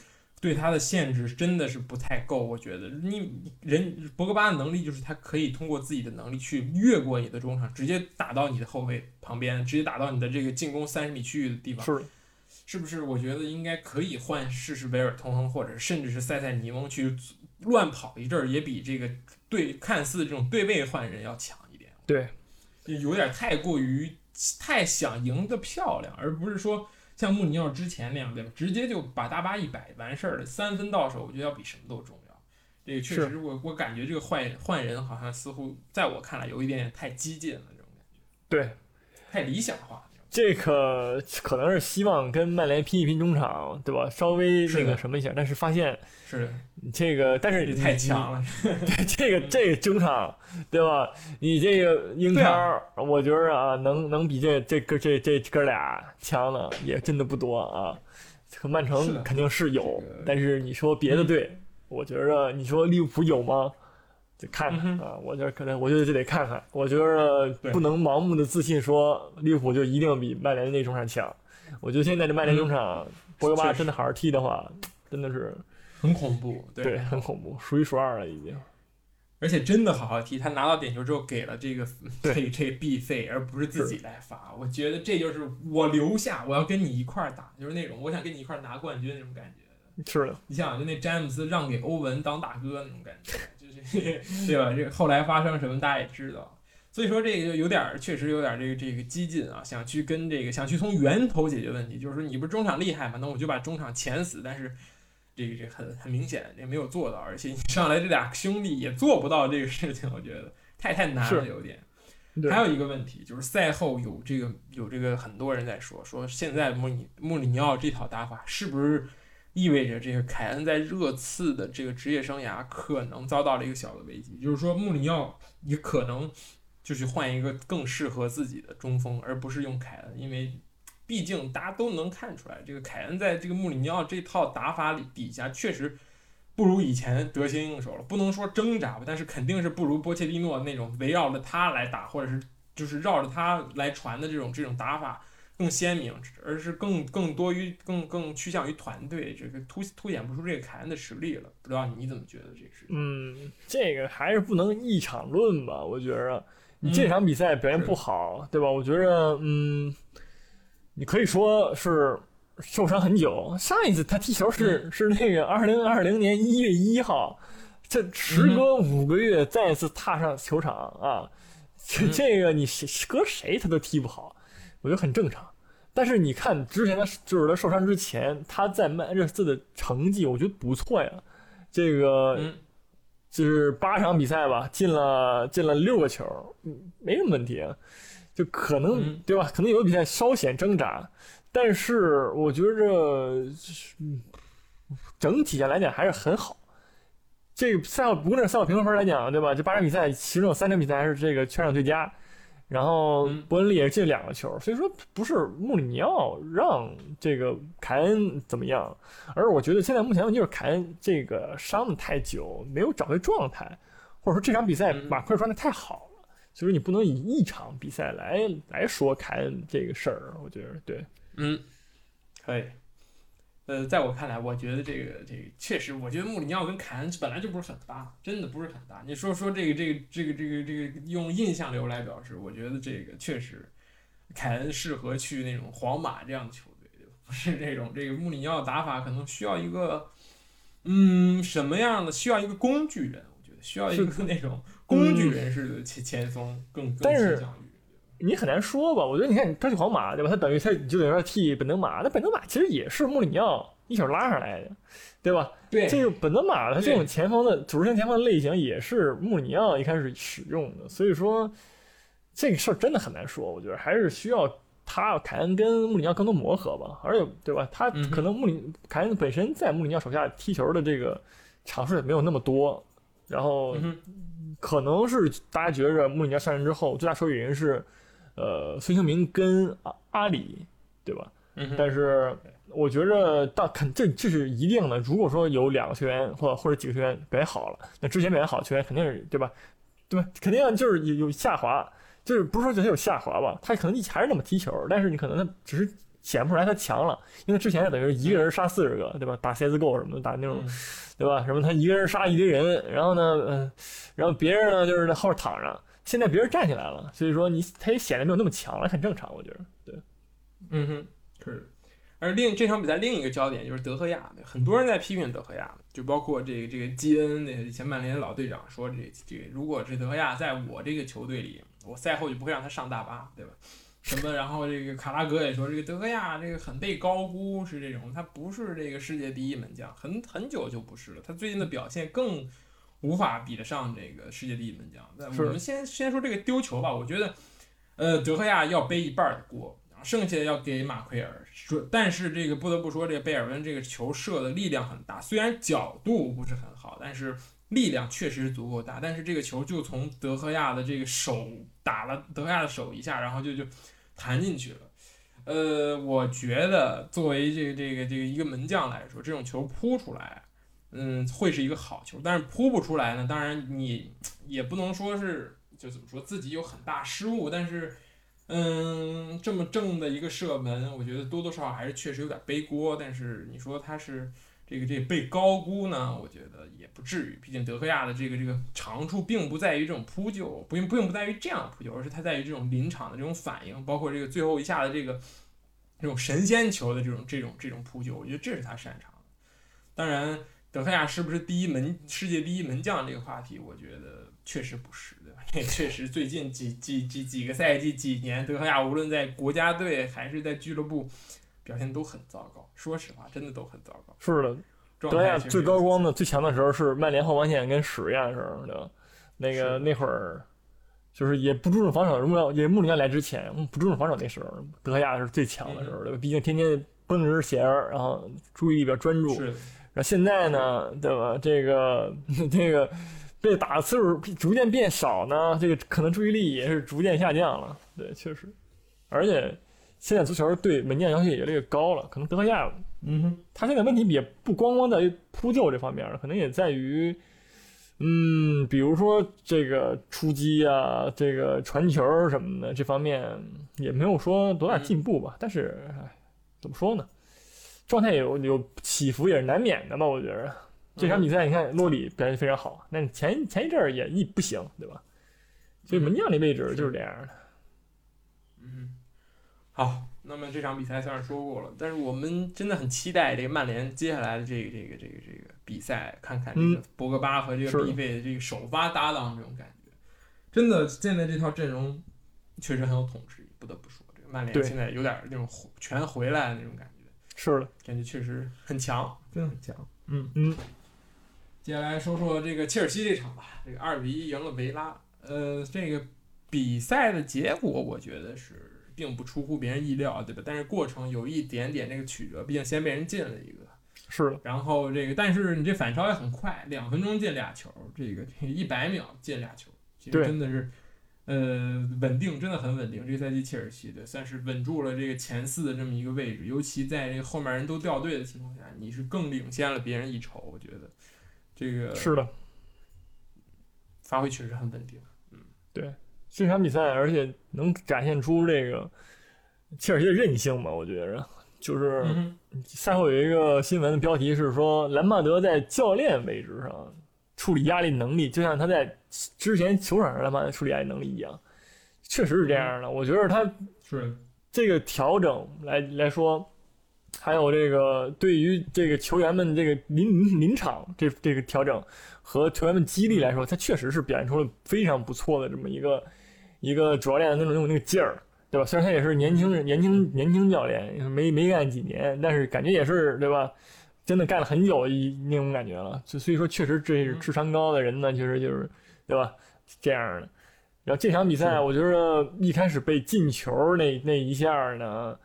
对他的限制真的是不太够。我觉得博格巴的能力就是他可以通过自己的能力去越过你的中场，直接打到你的后卫旁边，直接打到你的这个进攻30米区域的地方。是不是？我觉得应该可以换试试维尔通亨，或者甚至是塞尼翁去乱跑一阵儿，也比这个看似这种对位换人要强一点。 对， 有点太想赢得漂亮，而不是说像穆里尼奥之前那样，对吧？直接就把大巴一摆完事儿了，3分到手，我觉得要比什么都重要。这个确实我感觉这个换人好像似乎在我看来有一点点太激进了，这种感觉。 对， 太理想化。 这个可能是希望跟曼联拼一拼中场，对吧？稍微那个什么一下，但是发现是这个，但是你太强了。 对，这个中场，对吧？你这个英超，我觉得啊，能比这哥俩强的也真的不多啊。和曼城肯定是有，但是你说别的队，我觉得你说利物浦有吗？得看看啊，我觉得这得看看。我觉得不能盲目的自信说利物浦就一定比曼联那中场强。我觉得现在这曼联中场，博格巴真的好好踢的话，真的是很恐怖， 对，很恐怖，数一数二了已经。 而且真的好好踢，他拿到点球之后给了这个必费，而不是自己来罚。我觉得这就是我留下，我要跟你一块儿打，就是那种我想跟你一块儿拿冠军那种感觉。 是的， 你想就那詹姆斯让给欧文当大哥那种感觉，就是对吧？这个后来发生什么大家也知道，所以说这个就确实有点这个激进啊，想去从源头解决问题，就是说你不是中场厉害嘛，那我就把中场钳死，但是这很明显这没有做到，而且你上来这俩兄弟也做不到这个事情，我觉得太难了有点。还有一个问题就是赛后有这个很多人在说现在穆里尼奥这套打法是不是意味着这个凯恩在热刺的这个职业生涯可能遭到了一个小的危机，就是说穆里尼奥也可能就是换一个更适合自己的中锋，而不是用凯恩，因为毕竟大家都能看出来，这个凯恩在这个穆里尼奥这套打法底下确实不如以前得心应手了，不能说挣扎吧，但是肯定是不如波切蒂诺那种围绕着他来打，或者是就是绕着他来传的这种打法更鲜明，而是更多于更趋向于团队，这个凸显不出这个凯恩的实力了。不知道你怎么觉得这个事情？ 这个还是不能一场论吧？我觉着你这场比赛表现不好，对吧？我觉着你可以说是受伤很久。上一次他踢球是那个2020年1月1号，这时隔5个月再一次踏上球场啊，这个你搁谁他都踢不好。我觉得很正常，但是你看之前他受伤之前，他在曼热刺的成绩我觉得不错呀。这个就是8场比赛吧，进了6个球，没什么问题啊。就可能对吧？可能有的比赛稍显挣扎，但是我觉着整体下来讲还是很好。这个赛后不论是赛后评分来讲，对吧？这8场比赛其中有3场比赛还是这个全场最佳。然后伯恩利也进2个球，所以说不是穆里尼奥让这个凯恩怎么样，而我觉得现在目前问题就是凯恩这个伤得太久，没有找回状态，或者说这场比赛马奎尔状态太好了，所以说你不能以一场比赛来说凯恩这个事儿，我觉得对， 可以。在我看来，我觉得这个确实，我觉得穆里尼奥跟凯恩本来就不是很搭，真的不是很搭。你说这个用印象流来表示，我觉得这个确实，凯恩适合去那种皇马这样的球队，不是这个穆里尼奥打法可能需要一个什么样的？需要一个工具人，我觉得需要一个那种工具人式的前锋更倾向于。 你很难说吧？我觉得你看他去皇马，对吧？他等于就等于说替本泽马，那本泽马其实也是穆里尼奥一手拉上来的，对吧？ 对， 这个本泽马他这种前锋的主力前锋的类型也是穆里尼奥一开始使用的，所以说这个事儿真的很难说。我觉得还是需要凯恩跟穆里尼奥更多磨合吧，而且对吧？他可能凯恩本身在穆里尼奥手下踢球的这个场数也没有那么多，然后可能是大家觉着穆里尼奥上任之后最大受益人是。孙兴民跟阿里，对吧？但是我觉着这是一定的。如果说有2个球员或者几个球员表现好了，那之前表现好的球员肯定是对吧？肯定就是有下滑，就是不是说他有下滑吧？他可能还是那么踢球，但是你可能他只是显不出来他强了，因为之前等于是一个人杀40个，对吧？打 CSGO 什么的，打那种，对吧？什么他一个人杀一堆人，然后呢，然后别人呢就是在后面躺着，现在别人站起来了，所以说他也显得没有那么强了，很正常，我觉得，对， 是。而这场比赛另一个焦点就是德赫亚，很多人在批评德赫亚，就包括这个基恩，以前曼联老队长说这个如果是德赫亚在我这个球队里，我赛后就不会让他上大巴，对吧？什么？然后这个卡拉格也说，这个德赫亚这个很被高估，是这种，他不是这个世界第一门将，很久就不是了。他最近的表现更无法比得上这个世界第一门将。我们先说这个丢球吧，我觉得，德赫亚要背一半的锅。剩下的要给马奎尔，但是这个不得不说，这个贝尔温这个球射的力量很大，虽然角度不是很好，但是力量确实足够大。但是这个球就从德赫亚的这个手打了德赫亚的手一下，然后就弹进去了。我觉得作为这个一个门将来说，这种球扑出来，会是一个好球。但是扑不出来呢，当然你也不能说是就怎么说自己有很大失误，但是。这么正的一个射门，我觉得多多少少还是确实有点背锅。但是你说他是这被高估呢，我觉得也不至于。毕竟德赫亚的这个长处并不在于这种扑救，并不在于这样扑救，而是他在于这种临场的这种反应，包括这个最后一下的这种神仙球的这种扑救，我觉得这是他擅长的。当然，德赫亚是不是世界第一门将这个话题，我觉得确实不是。这确实，最近几个赛季、几年，德赫亚无论在国家队还是在俱乐部，表现都很糟糕。说实话，真的都很糟糕。 是的，德赫亚最高光的、最强的时候是曼联后防线跟史亚的时候，对吧？那会儿就是也不注重防守，也穆里尼奥来之前不注重防守那时候，德赫亚是最强的时候，对吧？毕竟天天绷着弦儿，然后注意力比较专注。 是。 然后现在呢，对吧？这个。被打的次数逐渐变少呢，这个可能注意力也是逐渐下降了。对，确实，而且现在足球对门将要求也越来越高了。可能德赫亚，他现在问题也不光光在于扑救这方面，可能也在于，比如说这个出击啊，这个传球什么的这方面也没有说多大进步吧。但是，怎么说呢？状态有起伏也是难免的吧，我觉得。这场比赛你看洛里表现非常好，但前一阵儿也不行，对吧？所以门将这位置就是这样的。 好，那么这场比赛算是说过了，但是我们真的很期待这个曼联接下来的这个比赛，看看这个博格巴和这个毕费的这个首发搭档这种感觉。真的，现在这套阵容确实很有统治力，不得不说，这个曼联现在有点那种全回来的那种感觉。 是的， 感觉确实很强，真的很强。接下来说说这个切尔西这场吧，这个2-1赢了维拉。这个比赛的结果我觉得是并不出乎别人意料，对吧？但是过程有一点点这个曲折，毕竟先被人进了一个， 是的。 然后但是你这反超也很快，2分钟进俩球，这个100秒进俩球，其实真的是稳定，真的很稳定。这个赛季切尔西对算是稳住了这个前4的这么一个位置，尤其在这个后面人都掉队的情况下，你是更领先了别人一筹，我觉得。这个是的， 发挥确实很稳定。 对，这场比赛而且能展现出这个切尔西的韧性吧，我觉得就是赛后有一个新闻的标题是说，兰帕德在教练位置上处理压力能力，就像他在之前球场上兰帕德处理压力能力一样，确实是这样的。我觉得他是这个调整来说。还有这个对于这个球员们这个临场这个调整和球员们激励来说，他确实是表现出了非常不错的这么一个主教练的那个劲儿，对吧？虽然他也是年轻教练，没干几年，但是感觉也是对吧？真的干了很久那种感觉了。所以说，确实这是智商高的人呢，就是对吧？这样的。然后这场比赛，我觉得一开始被进球那一下呢，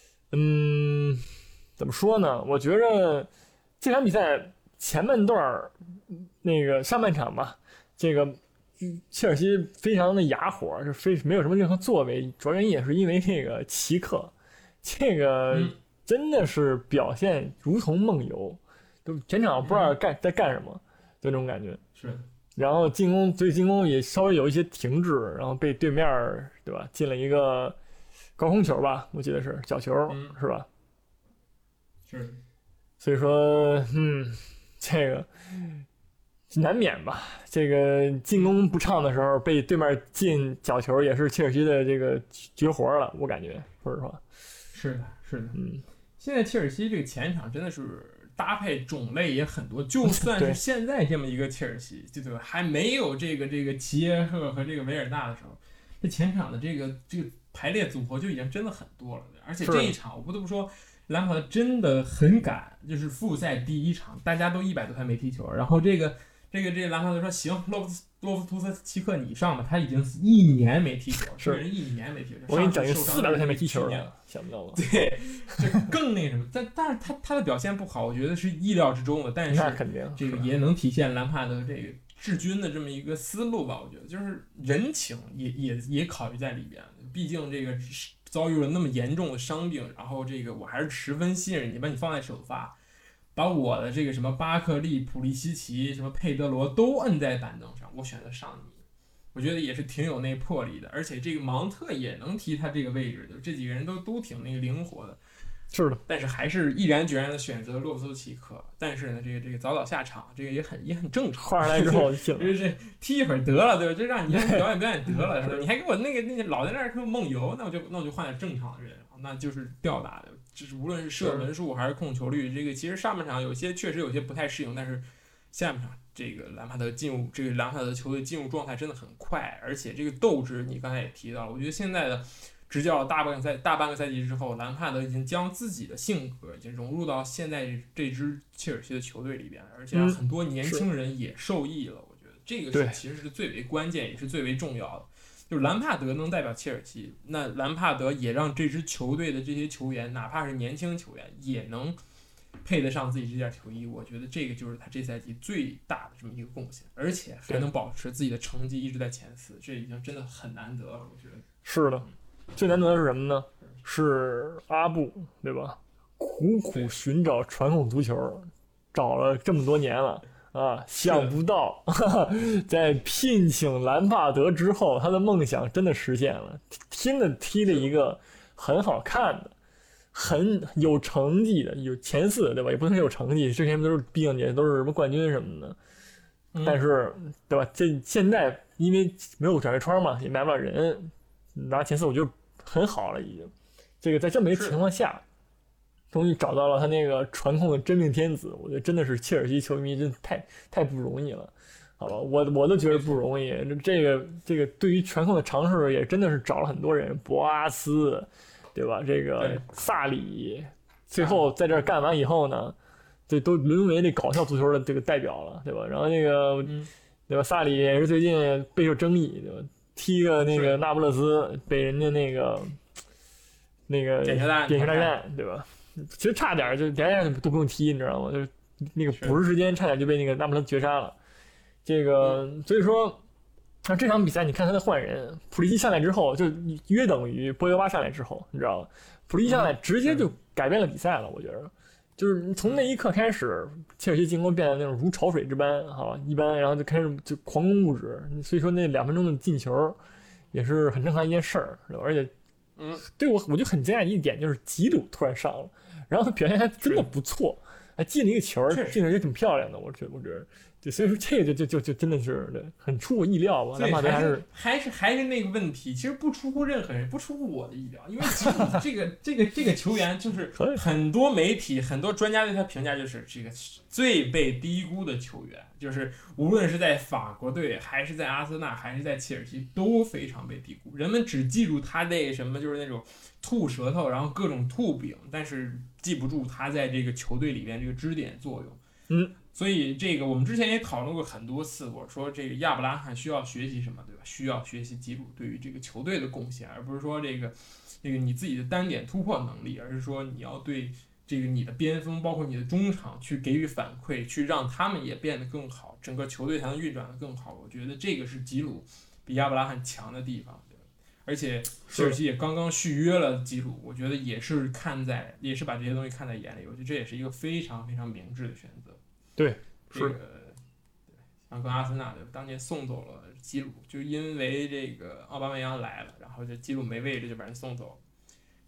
怎么说呢？我觉着这场比赛前半段那个上半场吧，这个切尔西非常的哑火，是没有什么任何作为，主要原因也是因为这个齐克，这个真的是表现如同梦游，就全场不知道在干什么，就这种感觉。 是。 然后进攻也稍微有一些停滞，然后被对面对吧进了一个高空球吧，我记得是角球，是吧？ 是。 所以说，这个难免吧。这个进攻不畅的时候，被对面进角球也是切尔西的这个绝活了，我感觉，说实话。 是的，是的，现在切尔西这个前场真的是搭配种类也很多，就算是现在这么一个切尔西，对吧？还没有这个齐耶赫和这个维尔纳的时候，这前场的这个排列组合就已经真的很多了。而且这一场我不得不说，兰帕德真的很赶，就是复赛第一场，大家都100多天没踢球，然后这个兰帕德说行，洛夫图斯奇克你上吧，他已经1年没踢球，是1年没踢球。 我给你整一个400多天没踢球了，想不到吧？ 对，就更那什么，但是他的表现不好，我觉得是意料之中的。但是这个也能体现兰帕德这个治军的这么一个思路吧？我觉得就是人情也考虑在里边。毕竟这个遭遇了那么严重的伤病，然后这个我还是十分信任你，把你放在首发。把我的这个什么巴克利、普利西奇、什么佩德罗都摁在板凳上，我选择上你，我觉得也是挺有那魄力的。而且这个芒特也能踢他这个位置的，这几个人都挺那个灵活的。 是的， 但是还是毅然决然的选择洛夫斯奇克。但是呢，这个早下场，这个也很正常。 换上来之后就是踢一会儿得了，对吧？就让你表演得了，你还给我那个老在那儿给我梦游，那我就换点正常的人，那就是吊打的。就是无论是射门数还是控球率，这个其实上半场确实有些不太适应，但是下半场这个兰帕德球队进入状态真的很快，而且这个斗志你刚才也提到了，我觉得现在的执教了大半个赛季之后，兰帕德已经将自己的性格已经融入到现在这支切尔西的球队里边，而且很多年轻人也受益了。我觉得这个其实是最为关键也是最为重要的。就是兰帕德能代表切尔西，那兰帕德也让这支球队的这些球员，哪怕是年轻球员，也能配得上自己这件球衣。我觉得这个就是他这赛季最大的这么一个贡献，而且还能保持自己的成绩一直在前4，这已经真的很难得了。我觉得是的，最难得的是什么呢？是阿布，对吧？苦苦寻找传统足球，找了这么多年了。想不到在聘请兰帕德之后，他的梦想真的实现了，踢了一个很好看的、很有成绩的，有前4，对吧？也不能说有成绩，之前都是毕竟也都是什么冠军什么的，但是对吧？这现在因为没有转会窗嘛，也买不了人，拿前4我觉得很好了，已经。这个在这么一个情况下。终于找到了他那个传控的真命天子，我觉得真的是切尔西球迷真太不容易了，好吧，我都觉得不容易。这个对于传控的尝试也真的是找了很多人，博阿斯，对吧？这个萨里，最后在这儿干完以后呢，这都沦为这搞笑足球的这个代表了，对吧？然后那个，对吧？萨里也是最近备受争议，对吧？踢个那个那不勒斯被人家那个点球大战，对吧？其实差点就连都不用踢，你知道吗？就是那个补时时间差点就被那个那不勒斯绝杀了。这个所以说，那这场比赛你看他的换人，普利西上来之后，就约等于波尤巴上来之后，你知道吗？普利西上来直接就改变了比赛了，我觉得。就是从那一刻开始，切尔西进攻变得那种如潮水之般，好一般，然后就开始就狂攻不止。所以说那2分钟的进球也是很正常一件事儿，而且。对我就很惊讶一点，就是吉鲁突然上了，然后他表现还真的不错，还进了一个球，进的也挺漂亮的，我觉得，对，所以说这个就真的是很出乎意料吧。 对，还是那个问题，其实不出乎任何人，不出乎我的意料，因为吉鲁这个球员就是很多媒体、很多专家对他评价就是这个最被低估的球员，就是无论是在法国队，还是在阿森纳，还是在切尔西，都非常被低估。人们只记住他那什么，就是那种吐舌头，然后各种吐饼，但是记不住他在这个球队里边这个支点作用。所以这个我们之前也讨论过很多次，我说这个亚布拉罕需要学习什么，对吧？需要学习吉鲁对于这个球队的贡献，而不是说这个你自己的单点突破能力，而是说你要对这个你的边锋，包括你的中场去给予反馈，去让他们也变得更好，整个球队才能运转得更好。我觉得这个是吉鲁比亚布拉罕强的地方，对吧？而且切尔西也刚刚续约了吉鲁，我觉得也是把这些东西看在眼里，我觉得这也是一个非常非常明智的选择。 对， 这个像跟阿森纳的当年送走了吉鲁，就因为这个奥巴梅扬来了，然后这吉鲁没位置就把人送走。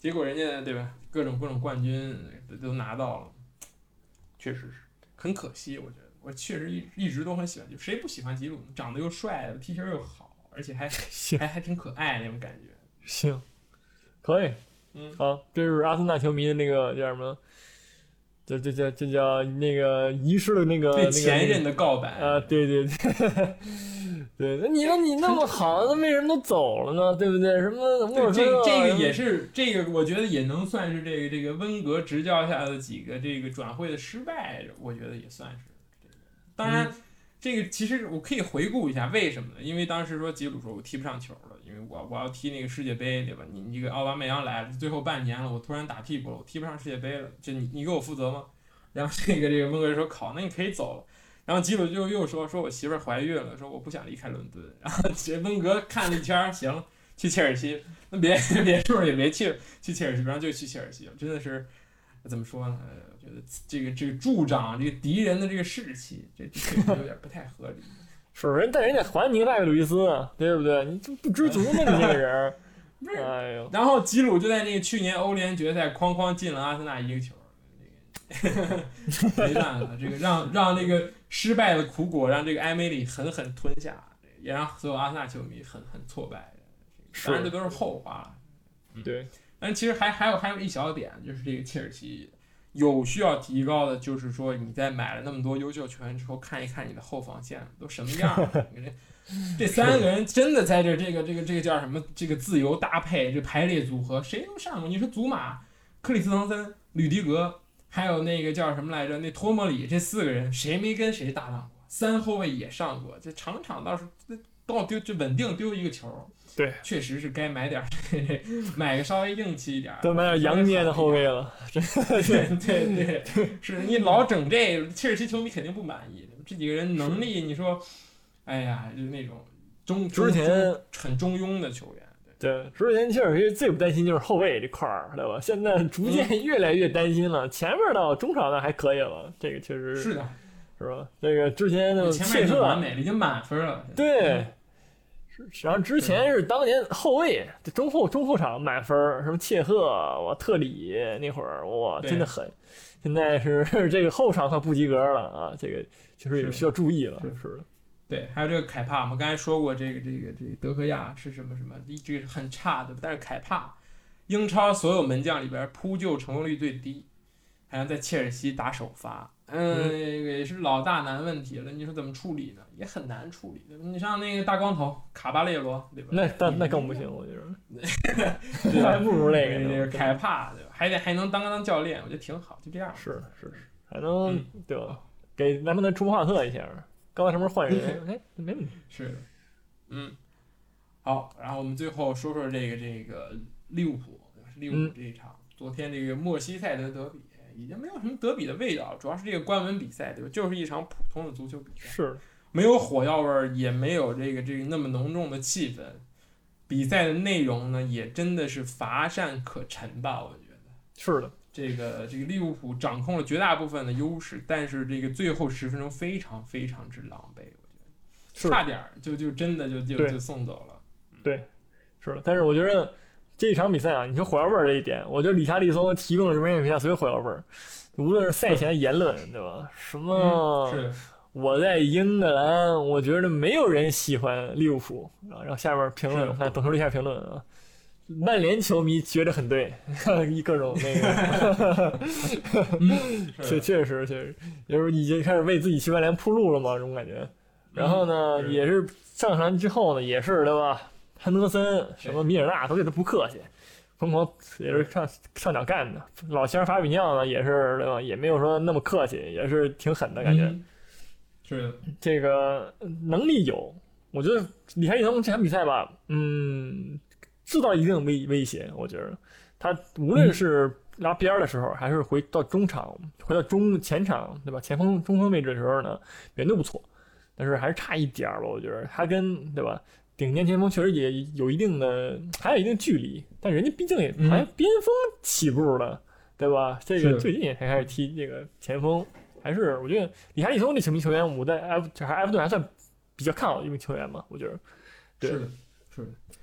结果人家对吧，各种冠军都拿到了，确实是很可惜。我觉得我确实一直都很喜欢，就谁不喜欢吉鲁呢？长得又帅，踢球又好，而且还挺可爱那种感觉。 行，可以。好，这是阿森纳球迷的那个叫什么？这叫那个遗失的那个对前任的告白啊！对对，那你那么好，那为什么都走了呢？对不对？什么莫尔特？ 这个也是这个，我觉得也能算是这个温格执教下的几个这个转会的失败，我觉得也算是这个。当然，这个其实我可以回顾一下为什么呢？因为当时说吉鲁说我踢不上球了，因为我要踢那个世界杯，对吧？你这个奥巴梅扬来了，最后半年了，我突然打替补了，我踢不上世界杯了，这你给我负责吗？然后这个温格说靠，那你可以走了。然后吉鲁就又说我媳妇儿怀孕了，说我不想离开伦敦。然后这温格看了一圈，行，去切尔西，那别处也别去切尔西，然后就去切尔西了。真的是怎么说呢？我觉得这个助长这个敌人的这个士气，这确实有点不太合理。 是人，但人家还你个戴维·鲁伊斯，对不对？你就不知足吗？你这个人，哎呦！ 然后吉鲁就在那个去年欧联决赛哐进了阿森纳一个球。没办法，这个让那个失败的苦果让这个埃梅里狠狠吞下，也让所有阿森纳球迷很挫败。当然这都是后话了。 对， 但其实还有一小点，就是这个切尔西有需要提高的，就是说你在买了那么多优秀球员之后，看一看你的后防线都什么样。这三个人真的在这个叫什么？这个自由搭配，这排列组合谁都上过。你说祖马、克里斯滕森、吕迪格。还有那个叫什么来着？那托莫里，这四个人谁没跟谁搭档过？三后卫也上过，这场倒是都丢，就稳定丢一个球。 对， 确实是该买点买个稍微硬气一点， 都买点洋面的后卫了。 对，是你老整这，切尔西球迷肯定不满意。这几个人能力，你说，哎呀，就是那种之前很中庸的球员。 对，之前切尔西最不担心就是后卫这块儿，对吧？现在逐渐越来越担心了。前面到中场呢还可以了，这个确实是的， 是吧？这个之前的切赫完美了，已经满分了。 对，然后之前是当年后卫中后场满分，什么切赫、特里那会儿哇真的狠。现在是这个后场可不及格了啊，这个确实也需要注意了，是的。 对，还有这个凯帕，我们刚才说过，这个德赫亚是什么，一直很差的，但是凯帕，英超所有门将里边扑救成功率最低，还能在切尔西打首发，也是老大难问题了。你说怎么处理呢？也很难处理的。你像那个大光头卡巴列罗，对吧？ 那更不行，我觉得， 对吧？ 还不如那个凯帕，对吧？还能当教练，我觉得挺好，就这样。 是，还能对吧？给咱们的朱帕特一下。刚才什么换人？哎，没问题。 是的，好，然后我们最后说说这个利物浦这一场，昨天这个莫西塞德德比已经没有什么德比的味道，主要是这个关门比赛，对吧？就是一场普通的足球比赛， 是没有火药味儿，也没有这个那么浓重的气氛。比赛的内容呢，也真的是乏善可陈吧，我觉得。 是的。 这个利物浦掌控了绝大部分的优势，但是这个最后10分钟非常非常之狼狈，我觉得差点就真的就送走了。 对，是的。但是我觉得这一场比赛啊，你说火药味儿这一点，我觉得里查利松提供了这场比赛所有火药味儿，无论是赛前的言论，对吧？什么？我在英格兰，我觉得没有人喜欢利物浦。然后下面评论，看懂球率下评论啊。曼联球迷觉得很对，各种那个，确实，就是已经开始为自己去曼联铺路了嘛，这种感觉。然后呢，也是上场之后呢，也是对吧？亨德森、什么米尔纳都对他不客气，疯狂也是上脚干的。老乡法比尼奥呢，也是对吧？也没有说那么客气，也是挺狠的感觉。 是这个能力有，我觉得里查利松这场比赛吧，制造一定威胁，我觉得他无论是拉边的时候，还是回到中场、回到前场，对吧？中锋位置的时候呢，人都不错，但是还是差一点吧。我觉得他跟对吧顶尖前锋确实也有一定的，还有一定距离，但人家毕竟也好像边锋起步了，对吧？这个最近也才开始踢这个前锋，还是我觉得里查利松这球员，我在埃弗顿还算比较看好的一名球员嘛，我觉得。对， 是的。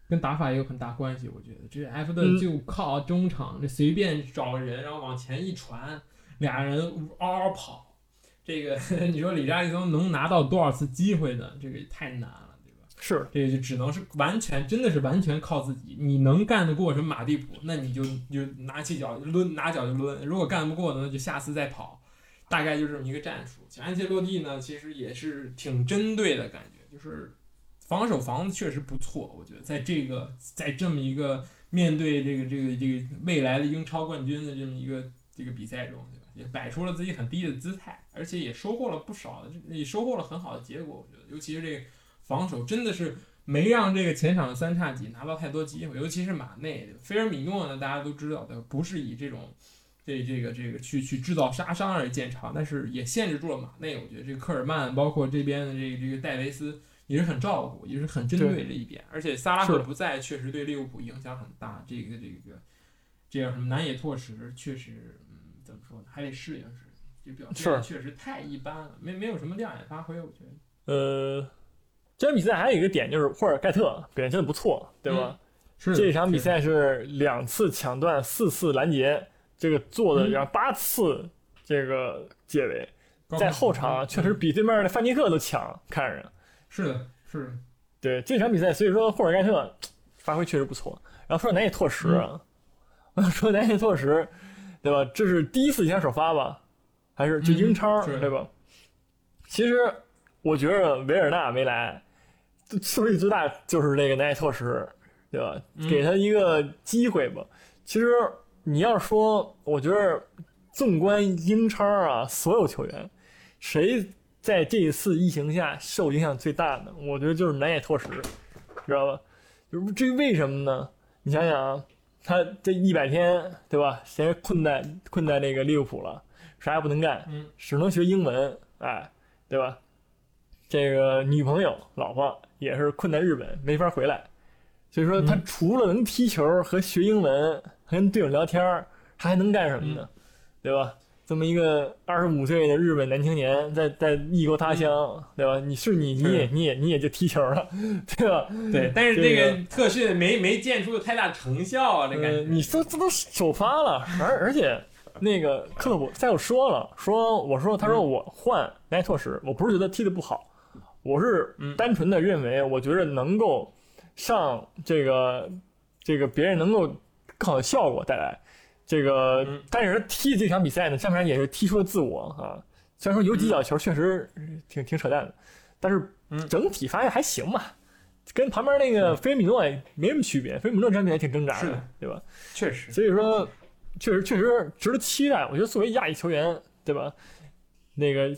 跟打法也有很大关系。我觉得这埃弗顿就靠中场，这随便找个人，然后往前一传，俩人嗷嗷跑。这个你说李扎利松能拿到多少次机会呢？这个太难了。 是， 这个就只能是真的是完全靠自己。你能干得过什么马蒂普，那你就拿起脚抡，拿脚就抡。如果干不过呢，就下次再跑，大概就这么一个战术。安切洛蒂呢，其实也是挺针对的感觉，就是防守防的确实不错。我觉得在这么一个面对这个未来的英超冠军的这么一个比赛中，对吧？也摆出了自己很低的姿态，而且也收获了不少的，也收获了很好的结果。我觉得，尤其是这个。防守真的是没让这个前场的三叉戟拿到太多机会，尤其是马内、菲尔米诺呢，大家都知道的，不是以这种这个去制造杀伤而见长，但是也限制住了马内。我觉得这个科尔曼，包括这边的这个戴维斯也是很照顾，也是很针对这一点。而且萨拉赫不在，确实对利物浦影响很大。这样什么南野拓实确实，怎么说呢，还得适应。这表现确实太一般了，没有什么亮眼发挥，我觉得。 这场比赛还有一个点就是霍尔盖特表现真的不错，对吧？这场比赛是2次抢断4次拦截，这个做的然后8次这个解围，在后场确实比对面的范尼克都强，看着。 是的。 对这场比赛，所以说霍尔盖特发挥确实不错。然后说南野拓实啊，说南野拓实，对吧？这是第一次前首发吧？还是就英超，对吧？其实我觉得维尔纳没来。受益最大就是那个南野拓实，对吧？给他一个机会吧。其实你要说，我觉得纵观英超啊，所有球员，谁在这一次疫情下受影响最大的？我觉得就是南野拓实，知道吧？至于为什么呢？你想想啊，他这100天，对吧？现在困在那个利物浦了，啥也不能干，只能学英文，哎，对吧？这个女朋友、老婆也是困在日本，没法回来，所以说他除了能踢球和学英文，还跟队友聊天，他还能干什么呢？对吧？这么一个25岁的日本男青年，在异国他乡，对吧？你也就踢球了，对吧？ 对，但是这个特训没见出太大成效啊，这感觉。 你这都首发了，而且。那个克洛普赛后说了，他说我换南野拓实，我不是觉得踢得不好，我是单纯的认为，我觉得能够上这个别人能够更好的效果带来这个，但是踢这场比赛呢，上半场也是踢出了自我啊。虽然说有几脚球确实挺扯淡的，但是整体发现还行吧，跟旁边那个菲尔米诺也没什么区别。菲尔米诺这场比赛挺挣扎的，对吧？ 确实， 所以说。确实值得期待。我觉得作为亚裔球员，对吧？那个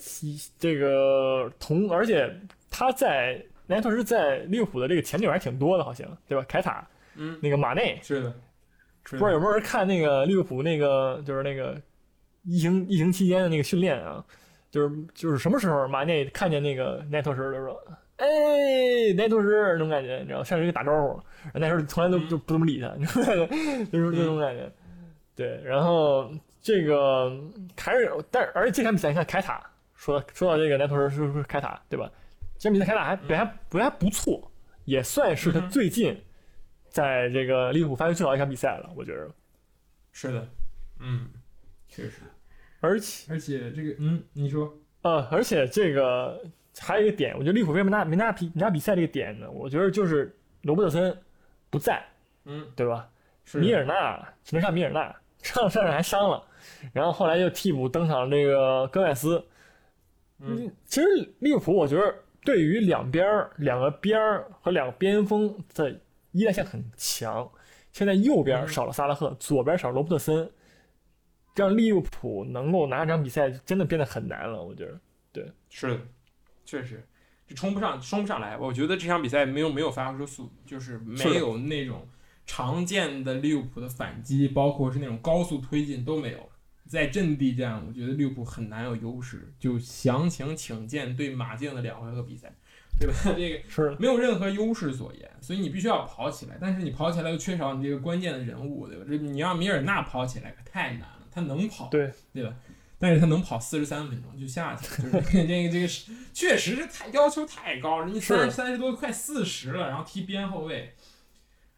而且他在南野拓实在利物浦的这个前队还挺多的，好像对吧？凯塔，那个马内， 是的。 不知道有没有人看那个利物浦那个就是那个疫情期间的那个训练啊？就是什么时候马内看见那个南野拓实就说：“哎，南野拓实那种感觉，你知道，上去给打招呼。”那时候从来都不怎么理他，你知道吗？就是这种感觉。对，然后这个而且这场比赛你看凯塔说到这个南拓实是凯塔，对吧？这场比赛凯塔还不错，也算是他最近在这个利物浦发挥最好的一场比赛了，我觉得。 是的，确实， 而且这个你说而且这个还有一个点，我觉得利物浦为什么没拿比赛这个点呢？我觉得就是罗伯特森不在，对吧？米尔纳只能上米尔纳。上还伤了，然后后来又替补登场这个戈麦斯。其实利物浦我觉得对于两个边和两个边锋的依赖性很强。现在右边少了萨拉赫，左边少了罗伯特森，让利物浦能够拿这场比赛真的变得很难了。我觉得，对， 是的，确实就冲不上来。我觉得这场比赛没有发挥出速度，就是没有那种。常见的利物浦的反击，包括是那种高速推进都没有，在阵地战，我觉得利物浦很难有优势。就详情请见对马竞的2回合比赛，对吧？这个是没有任何优势所言，所以你必须要跑起来。但是你跑起来又缺少你这个关键的人物，对吧？你让米尔纳跑起来可太难了，他能跑，对吧？但是他能跑43分钟就下去，就是这个确实是要求太高了。人家30多快40了，然后踢边后卫。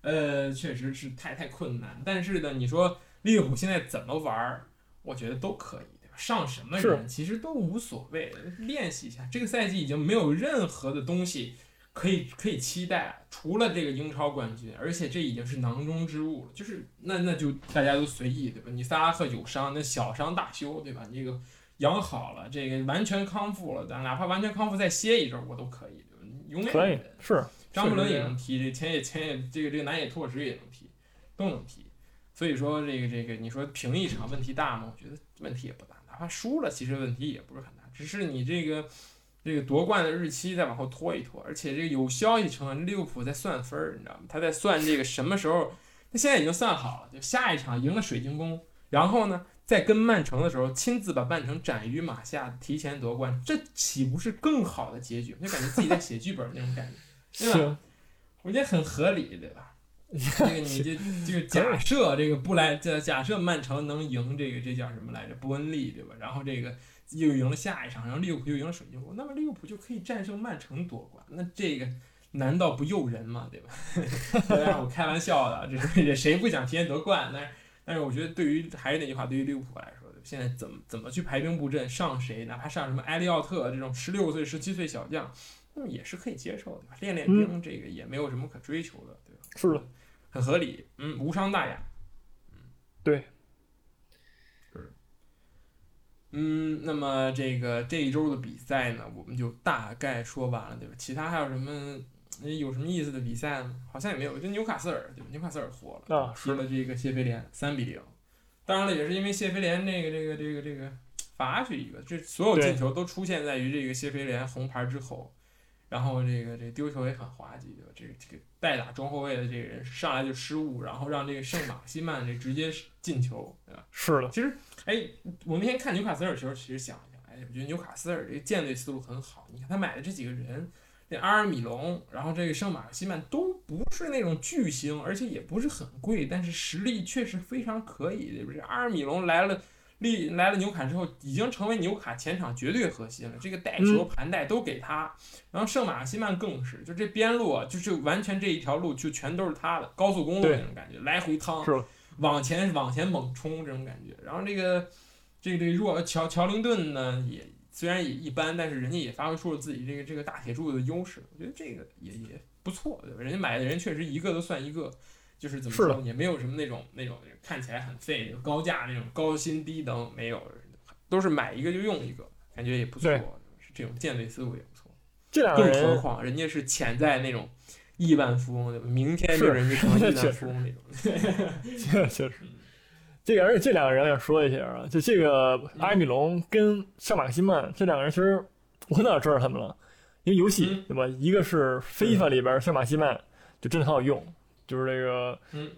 确实是太困难。但是呢，你说利物浦现在怎么玩，我觉得都可以，对吧？上什么人其实都无所谓，练习一下。这个赛季已经没有任何的东西可以期待，除了这个英超冠军，而且这已经是囊中之物了。就是那就大家都随意，对吧？你萨拉赫有伤，那小伤大修，对吧？你这个养好了，这个完全康复了，哪怕完全康复再歇一阵我都可以，对吧？永远可以是。 张伯伦也能踢，这前野这个南野拓实也能踢，都能踢。所以说这个你说平一场问题大吗？我觉得问题也不大，哪怕输了，其实问题也不是很大，只是你这个夺冠的日期再往后拖一拖。而且这个有消息称利物浦在算分，你知道吗？他在算这个什么时候，他现在已经算好了，就下一场赢了水晶宫，然后呢，在跟曼城的时候亲自把曼城斩于马下，提前夺冠，这岂不是更好的结局？就感觉自己在写剧本那种感觉。对吧？我觉得很合理，对吧？这个你这个假设这个不来，假设曼城能赢这叫什么来着？伯恩利，对吧？然后这个又赢了下一场，然后利物浦又赢了水晶宫，那么利物浦就可以战胜曼城夺冠，那这个难道不诱人吗？对吧？当然我开玩笑的，这谁不想提前得冠？但是我觉得还是那句话，对于利物浦来说，现在怎么去排兵布阵，上谁，哪怕上什么埃利奥特这种16岁、17岁小将。那么也是可以接受的，练兵这个也没有什么可追求的，对吧？ 是的， 很合理，无伤大雅， 对， 是，那么这一周的比赛呢，我们就大概说完了，对吧？其他还有什么意思的比赛呢？好像也没有，就纽卡斯尔，对吧？纽卡斯尔活了，踢了这个谢菲联3-0，当然了，也是因为谢菲联这个罚去一个，这所有进球都出现在于这个谢菲联红牌之后。然后这丢球也很滑稽，对吧？这个代打中后卫的这个人上来就失误，然后让这个圣马西曼直接进球，对吧？ 是的。 其实，我那天看纽卡斯尔的时候，其实想一想，我觉得纽卡斯尔这个建队思路很好。你看他买的这几个人，这阿尔米隆，然后这个圣马西曼都不是那种巨星，而且也不是很贵，但是实力确实非常可以，对不对？阿尔米隆来了纽卡之后，已经成为纽卡前场绝对核心了。这个带球盘带都给他，然后圣马西曼更是，就这边路啊，就完全这一条路就全都是他的高速公路那种感觉，来回趟，往前猛冲这种感觉。然后这个乔林顿呢，也虽然也一般，但是人家也发挥出了自己这个大铁柱子的优势。我觉得这个也不错，对吧？人家买的人确实一个都算一个。就是怎么说，也没有什么那种看起来很废、高价那种高薪低等，没有，都是买一个就用一个，感觉也不错，是这种建队思路也不错。 这两个人， 更何况人家是潜在那种亿万富翁，对吧？明天就人家成为亿万富翁那种。 确实，而且这两个人要说一下啊，就这个阿尔米隆跟圣马西曼这两个人，其实我很早知道他们了，因为游戏对吧？一个是FIFA里边圣马西曼就真的很好用。就是这个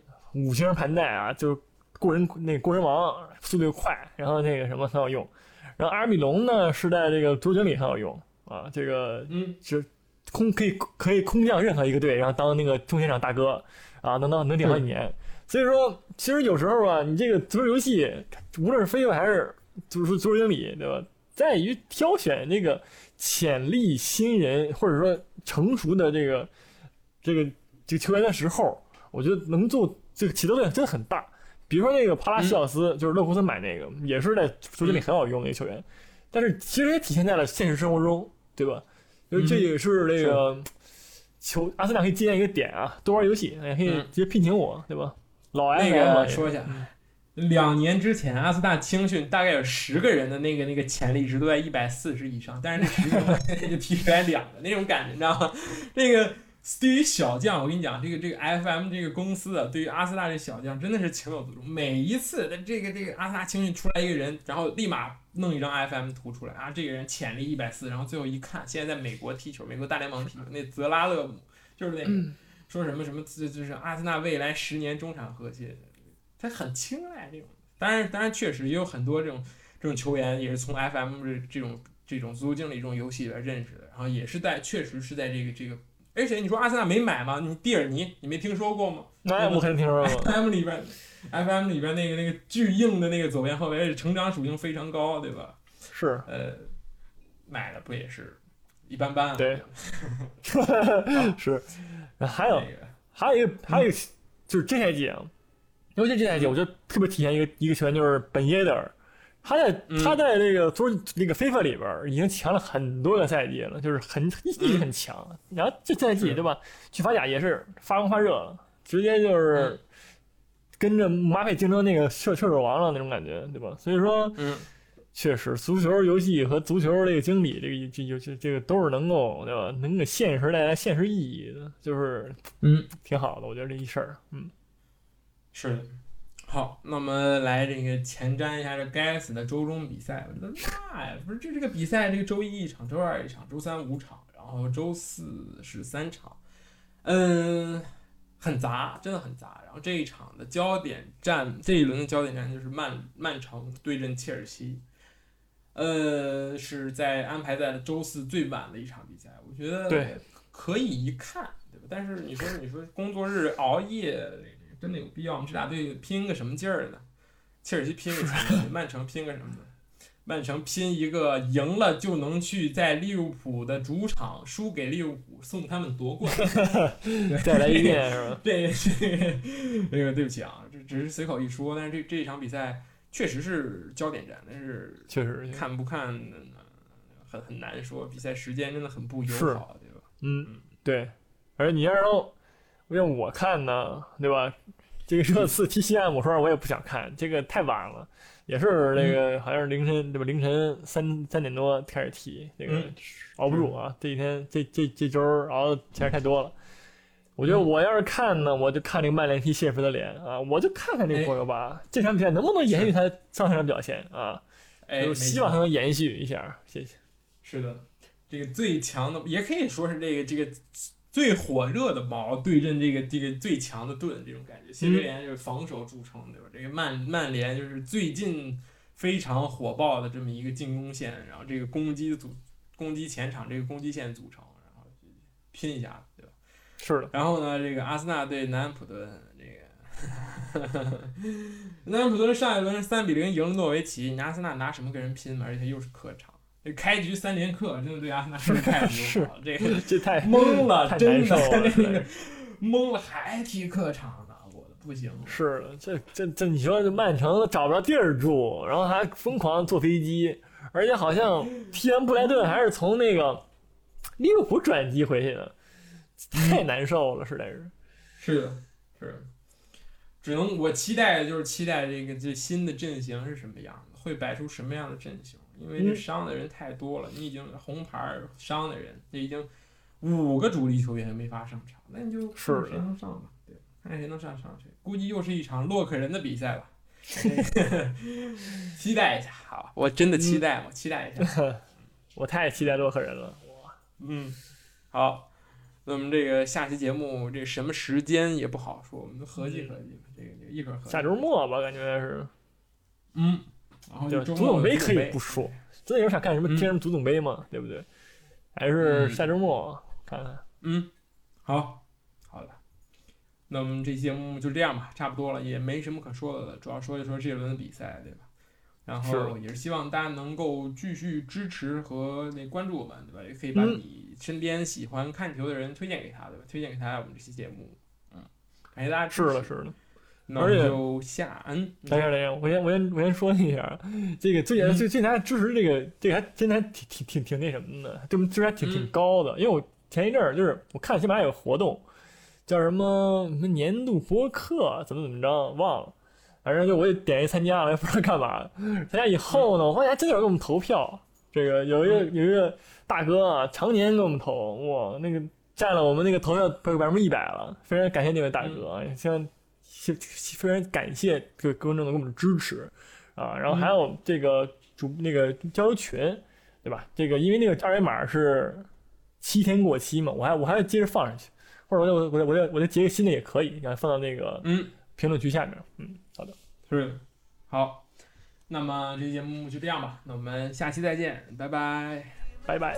5星盘带啊，就是过人王，速度又快，然后那个什么很好用。然后阿尔米隆呢是在这个足球经理很好用啊，这个是可以空降任何一个队，然后当那个中前场大哥啊，能顶好几年。所以说，其实有时候啊，你这个足球游戏，无论是FIFA还是就是说足球经理，对吧，在于挑选这个潜力新人或者说成熟的这个球员的时候，我觉得能做这个起到作用真的很大。比如说那个帕拉西奥斯，就是勒库森买那个，也是在足球里很好用的一个球员，但是其实也体现在了现实生活中，对吧？这也是这个阿森纳可以借鉴一个点啊，多玩游戏，也可以直接聘请我，对吧？老 FM 那个说一下，2年之前阿森纳青训大概有10个人的那个潜力值都在140以上，但是那10个就提出来2个那种感觉，你知道吗？那个。对于小将，我跟你讲，这个 FM 这个公司啊，对于阿森纳这小将真的是情有独钟。每一次的这个阿森纳青训出来一个人，然后立马弄一张 FM 图出来啊，这个人潜力140，然后最后一看，现在在美国踢球，美国大联盟踢球，那泽拉勒姆就是那个说什么就是阿森纳未来10年中场核心，他很青睐这种。当然确实也有很多这种球员也是从 FM 这种足球经理这种游戏里边认识的，然后也是确实是在这个。而且你说阿森纳没买吗？你蒂尔尼你没听说过吗？ 那我肯定听说过。 FM 里边那个巨硬的那个左边后卫，而且成长属性非常高，对吧？ 是。 买的不也是一般般啊？ 对。是。 还有一个就是这赛季啊，尤其这赛季，我觉得特别体现一个球员就是本耶德尔。他在这个那个 FIFA 里边已经强了很多个赛季了，就是一直很强。然后这赛季对吧，去法甲也是发光发热了，直接就是跟着姆巴佩竞争那个射手王了那种感觉，对吧？所以说，确实足球游戏和足球这个经理这个都是能够对吧，能给现实带来现实意义的，就是挺好的，我觉得这一事儿， 是的。好，那我们来这个前瞻一下这该死的周中比赛。我觉得妈呀，不是这个比赛，这个周一一场，周二一场，周三5场，然后周四是3场，很杂，真的很杂。然后这一场的焦点战，这一轮的焦点战就是曼城对阵切尔西，是安排在周四最晚的一场比赛。我觉得可以一看，对吧？但是你说工作日熬夜。真的有必要？我们这俩队拼个什么劲儿呢？切尔西拼个什么？曼城拼个什么呢？曼城拼一个赢了就能去在利物浦的主场输给利物浦，送他们夺冠。 再来一遍是吧？ 这个对不起啊，这只是随口一说。但是这一场比赛确实是焦点战，但是确实看不看很难说。比赛时间真的很不友好，对吧？ 对。而你要让我看呢，对吧？这个热刺踢西汉姆说我也不想看，这个太晚了，也是那个好像是凌晨对吧？凌晨3点多开始踢，这个熬不住啊！这几天这周熬的钱太多了。我觉得我要是看呢，我就看这个曼联踢谢菲的脸啊，我就看看这个博格巴这场比赛能不能延续他上场表现啊？就希望他能延续一下，谢谢。 是的，这个最强的也可以说是这个。最火热的矛对阵这个最强的盾，这种感觉。谢菲联就是防守著称，对吧？这个曼联就是最近非常火爆的这么一个进攻线，然后这个攻击前场这个攻击线组成，然后拼一下，对吧？ 是的。 然后呢，这个阿森纳对南安普顿，这个南安普顿上一轮3-0赢了诺维奇，你阿森纳拿什么跟人拼嘛？而且又是客场。这开局3连客真的对阿森纳是太不友好了，这太懵了， 太真的那个懵了，还踢客场呢，我的不行。 是的，这你说这曼城找不着地儿住，然后还疯狂坐飞机，而且好像踢完布莱顿还是从那个利物浦转机回去的，太难受了，实在是。 是的，只能我期待这新的阵型是什么样的，会摆出什么样的阵型。因为这伤的人太多了，你已经红牌伤的人，这已经5个主力球员没法上场，那你就看谁能上吧，对，看谁能上去。估计又是一场洛克人的比赛吧，期待一下，好，我真的期待，我期待一下， 我太期待洛克人了， 好，那我们这个下期节目这什么时间也不好说，我们合计，这个一会儿合计。 下周末吧，感觉是， 然后足总杯可以不说，真的有想看什么踢什么足总杯嘛，对不对？还是下周末看看。 好的。那我们这期节目就这样吧，差不多了，也没什么可说的了，主要说一说这轮的比赛，对吧？然后也是希望大家能够继续支持和关注我们，对吧？也可以把你身边喜欢看球的人推荐给他，对吧？推荐给他我们这期节目，感谢大家支持。 是的。 那我们就等一下，我先说一下，这个最近大家支持这个还真的挺那什么的，这还挺高的。因为我前一阵儿就是我看喜马拉雅有活动，叫什么年度播客怎么着忘了，反正就我也点一参加了，也不知道干嘛。参加以后呢，我发现还真的有给我们投票。这个有一个大哥啊，常年给我们投，哇，那个占了我们那个投票100%了，非常感谢那位大哥，希望。非常感谢各位观众的给我们的支持啊，然后还有这个那个交流群，对吧？这个因为那个2维码是7天过期嘛，我还要接着放上去，或者我再截个新的也可以，然后放到那个评论区下面。好的， 是好，那么这期节目就这样吧，那我们下期再见，拜拜， 拜拜。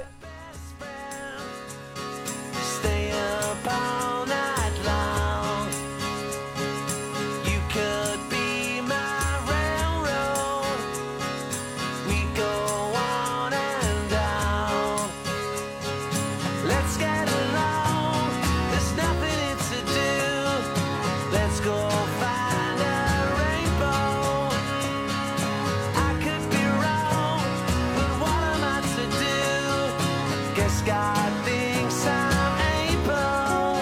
Let's get along, there's nothing to do. guess God thinks I'm able.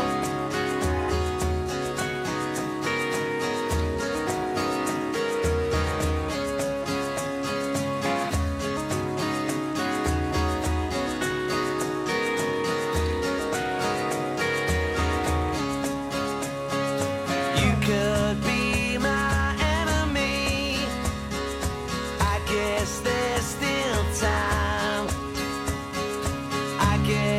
You could be my enemy. I guess there's still time. I guess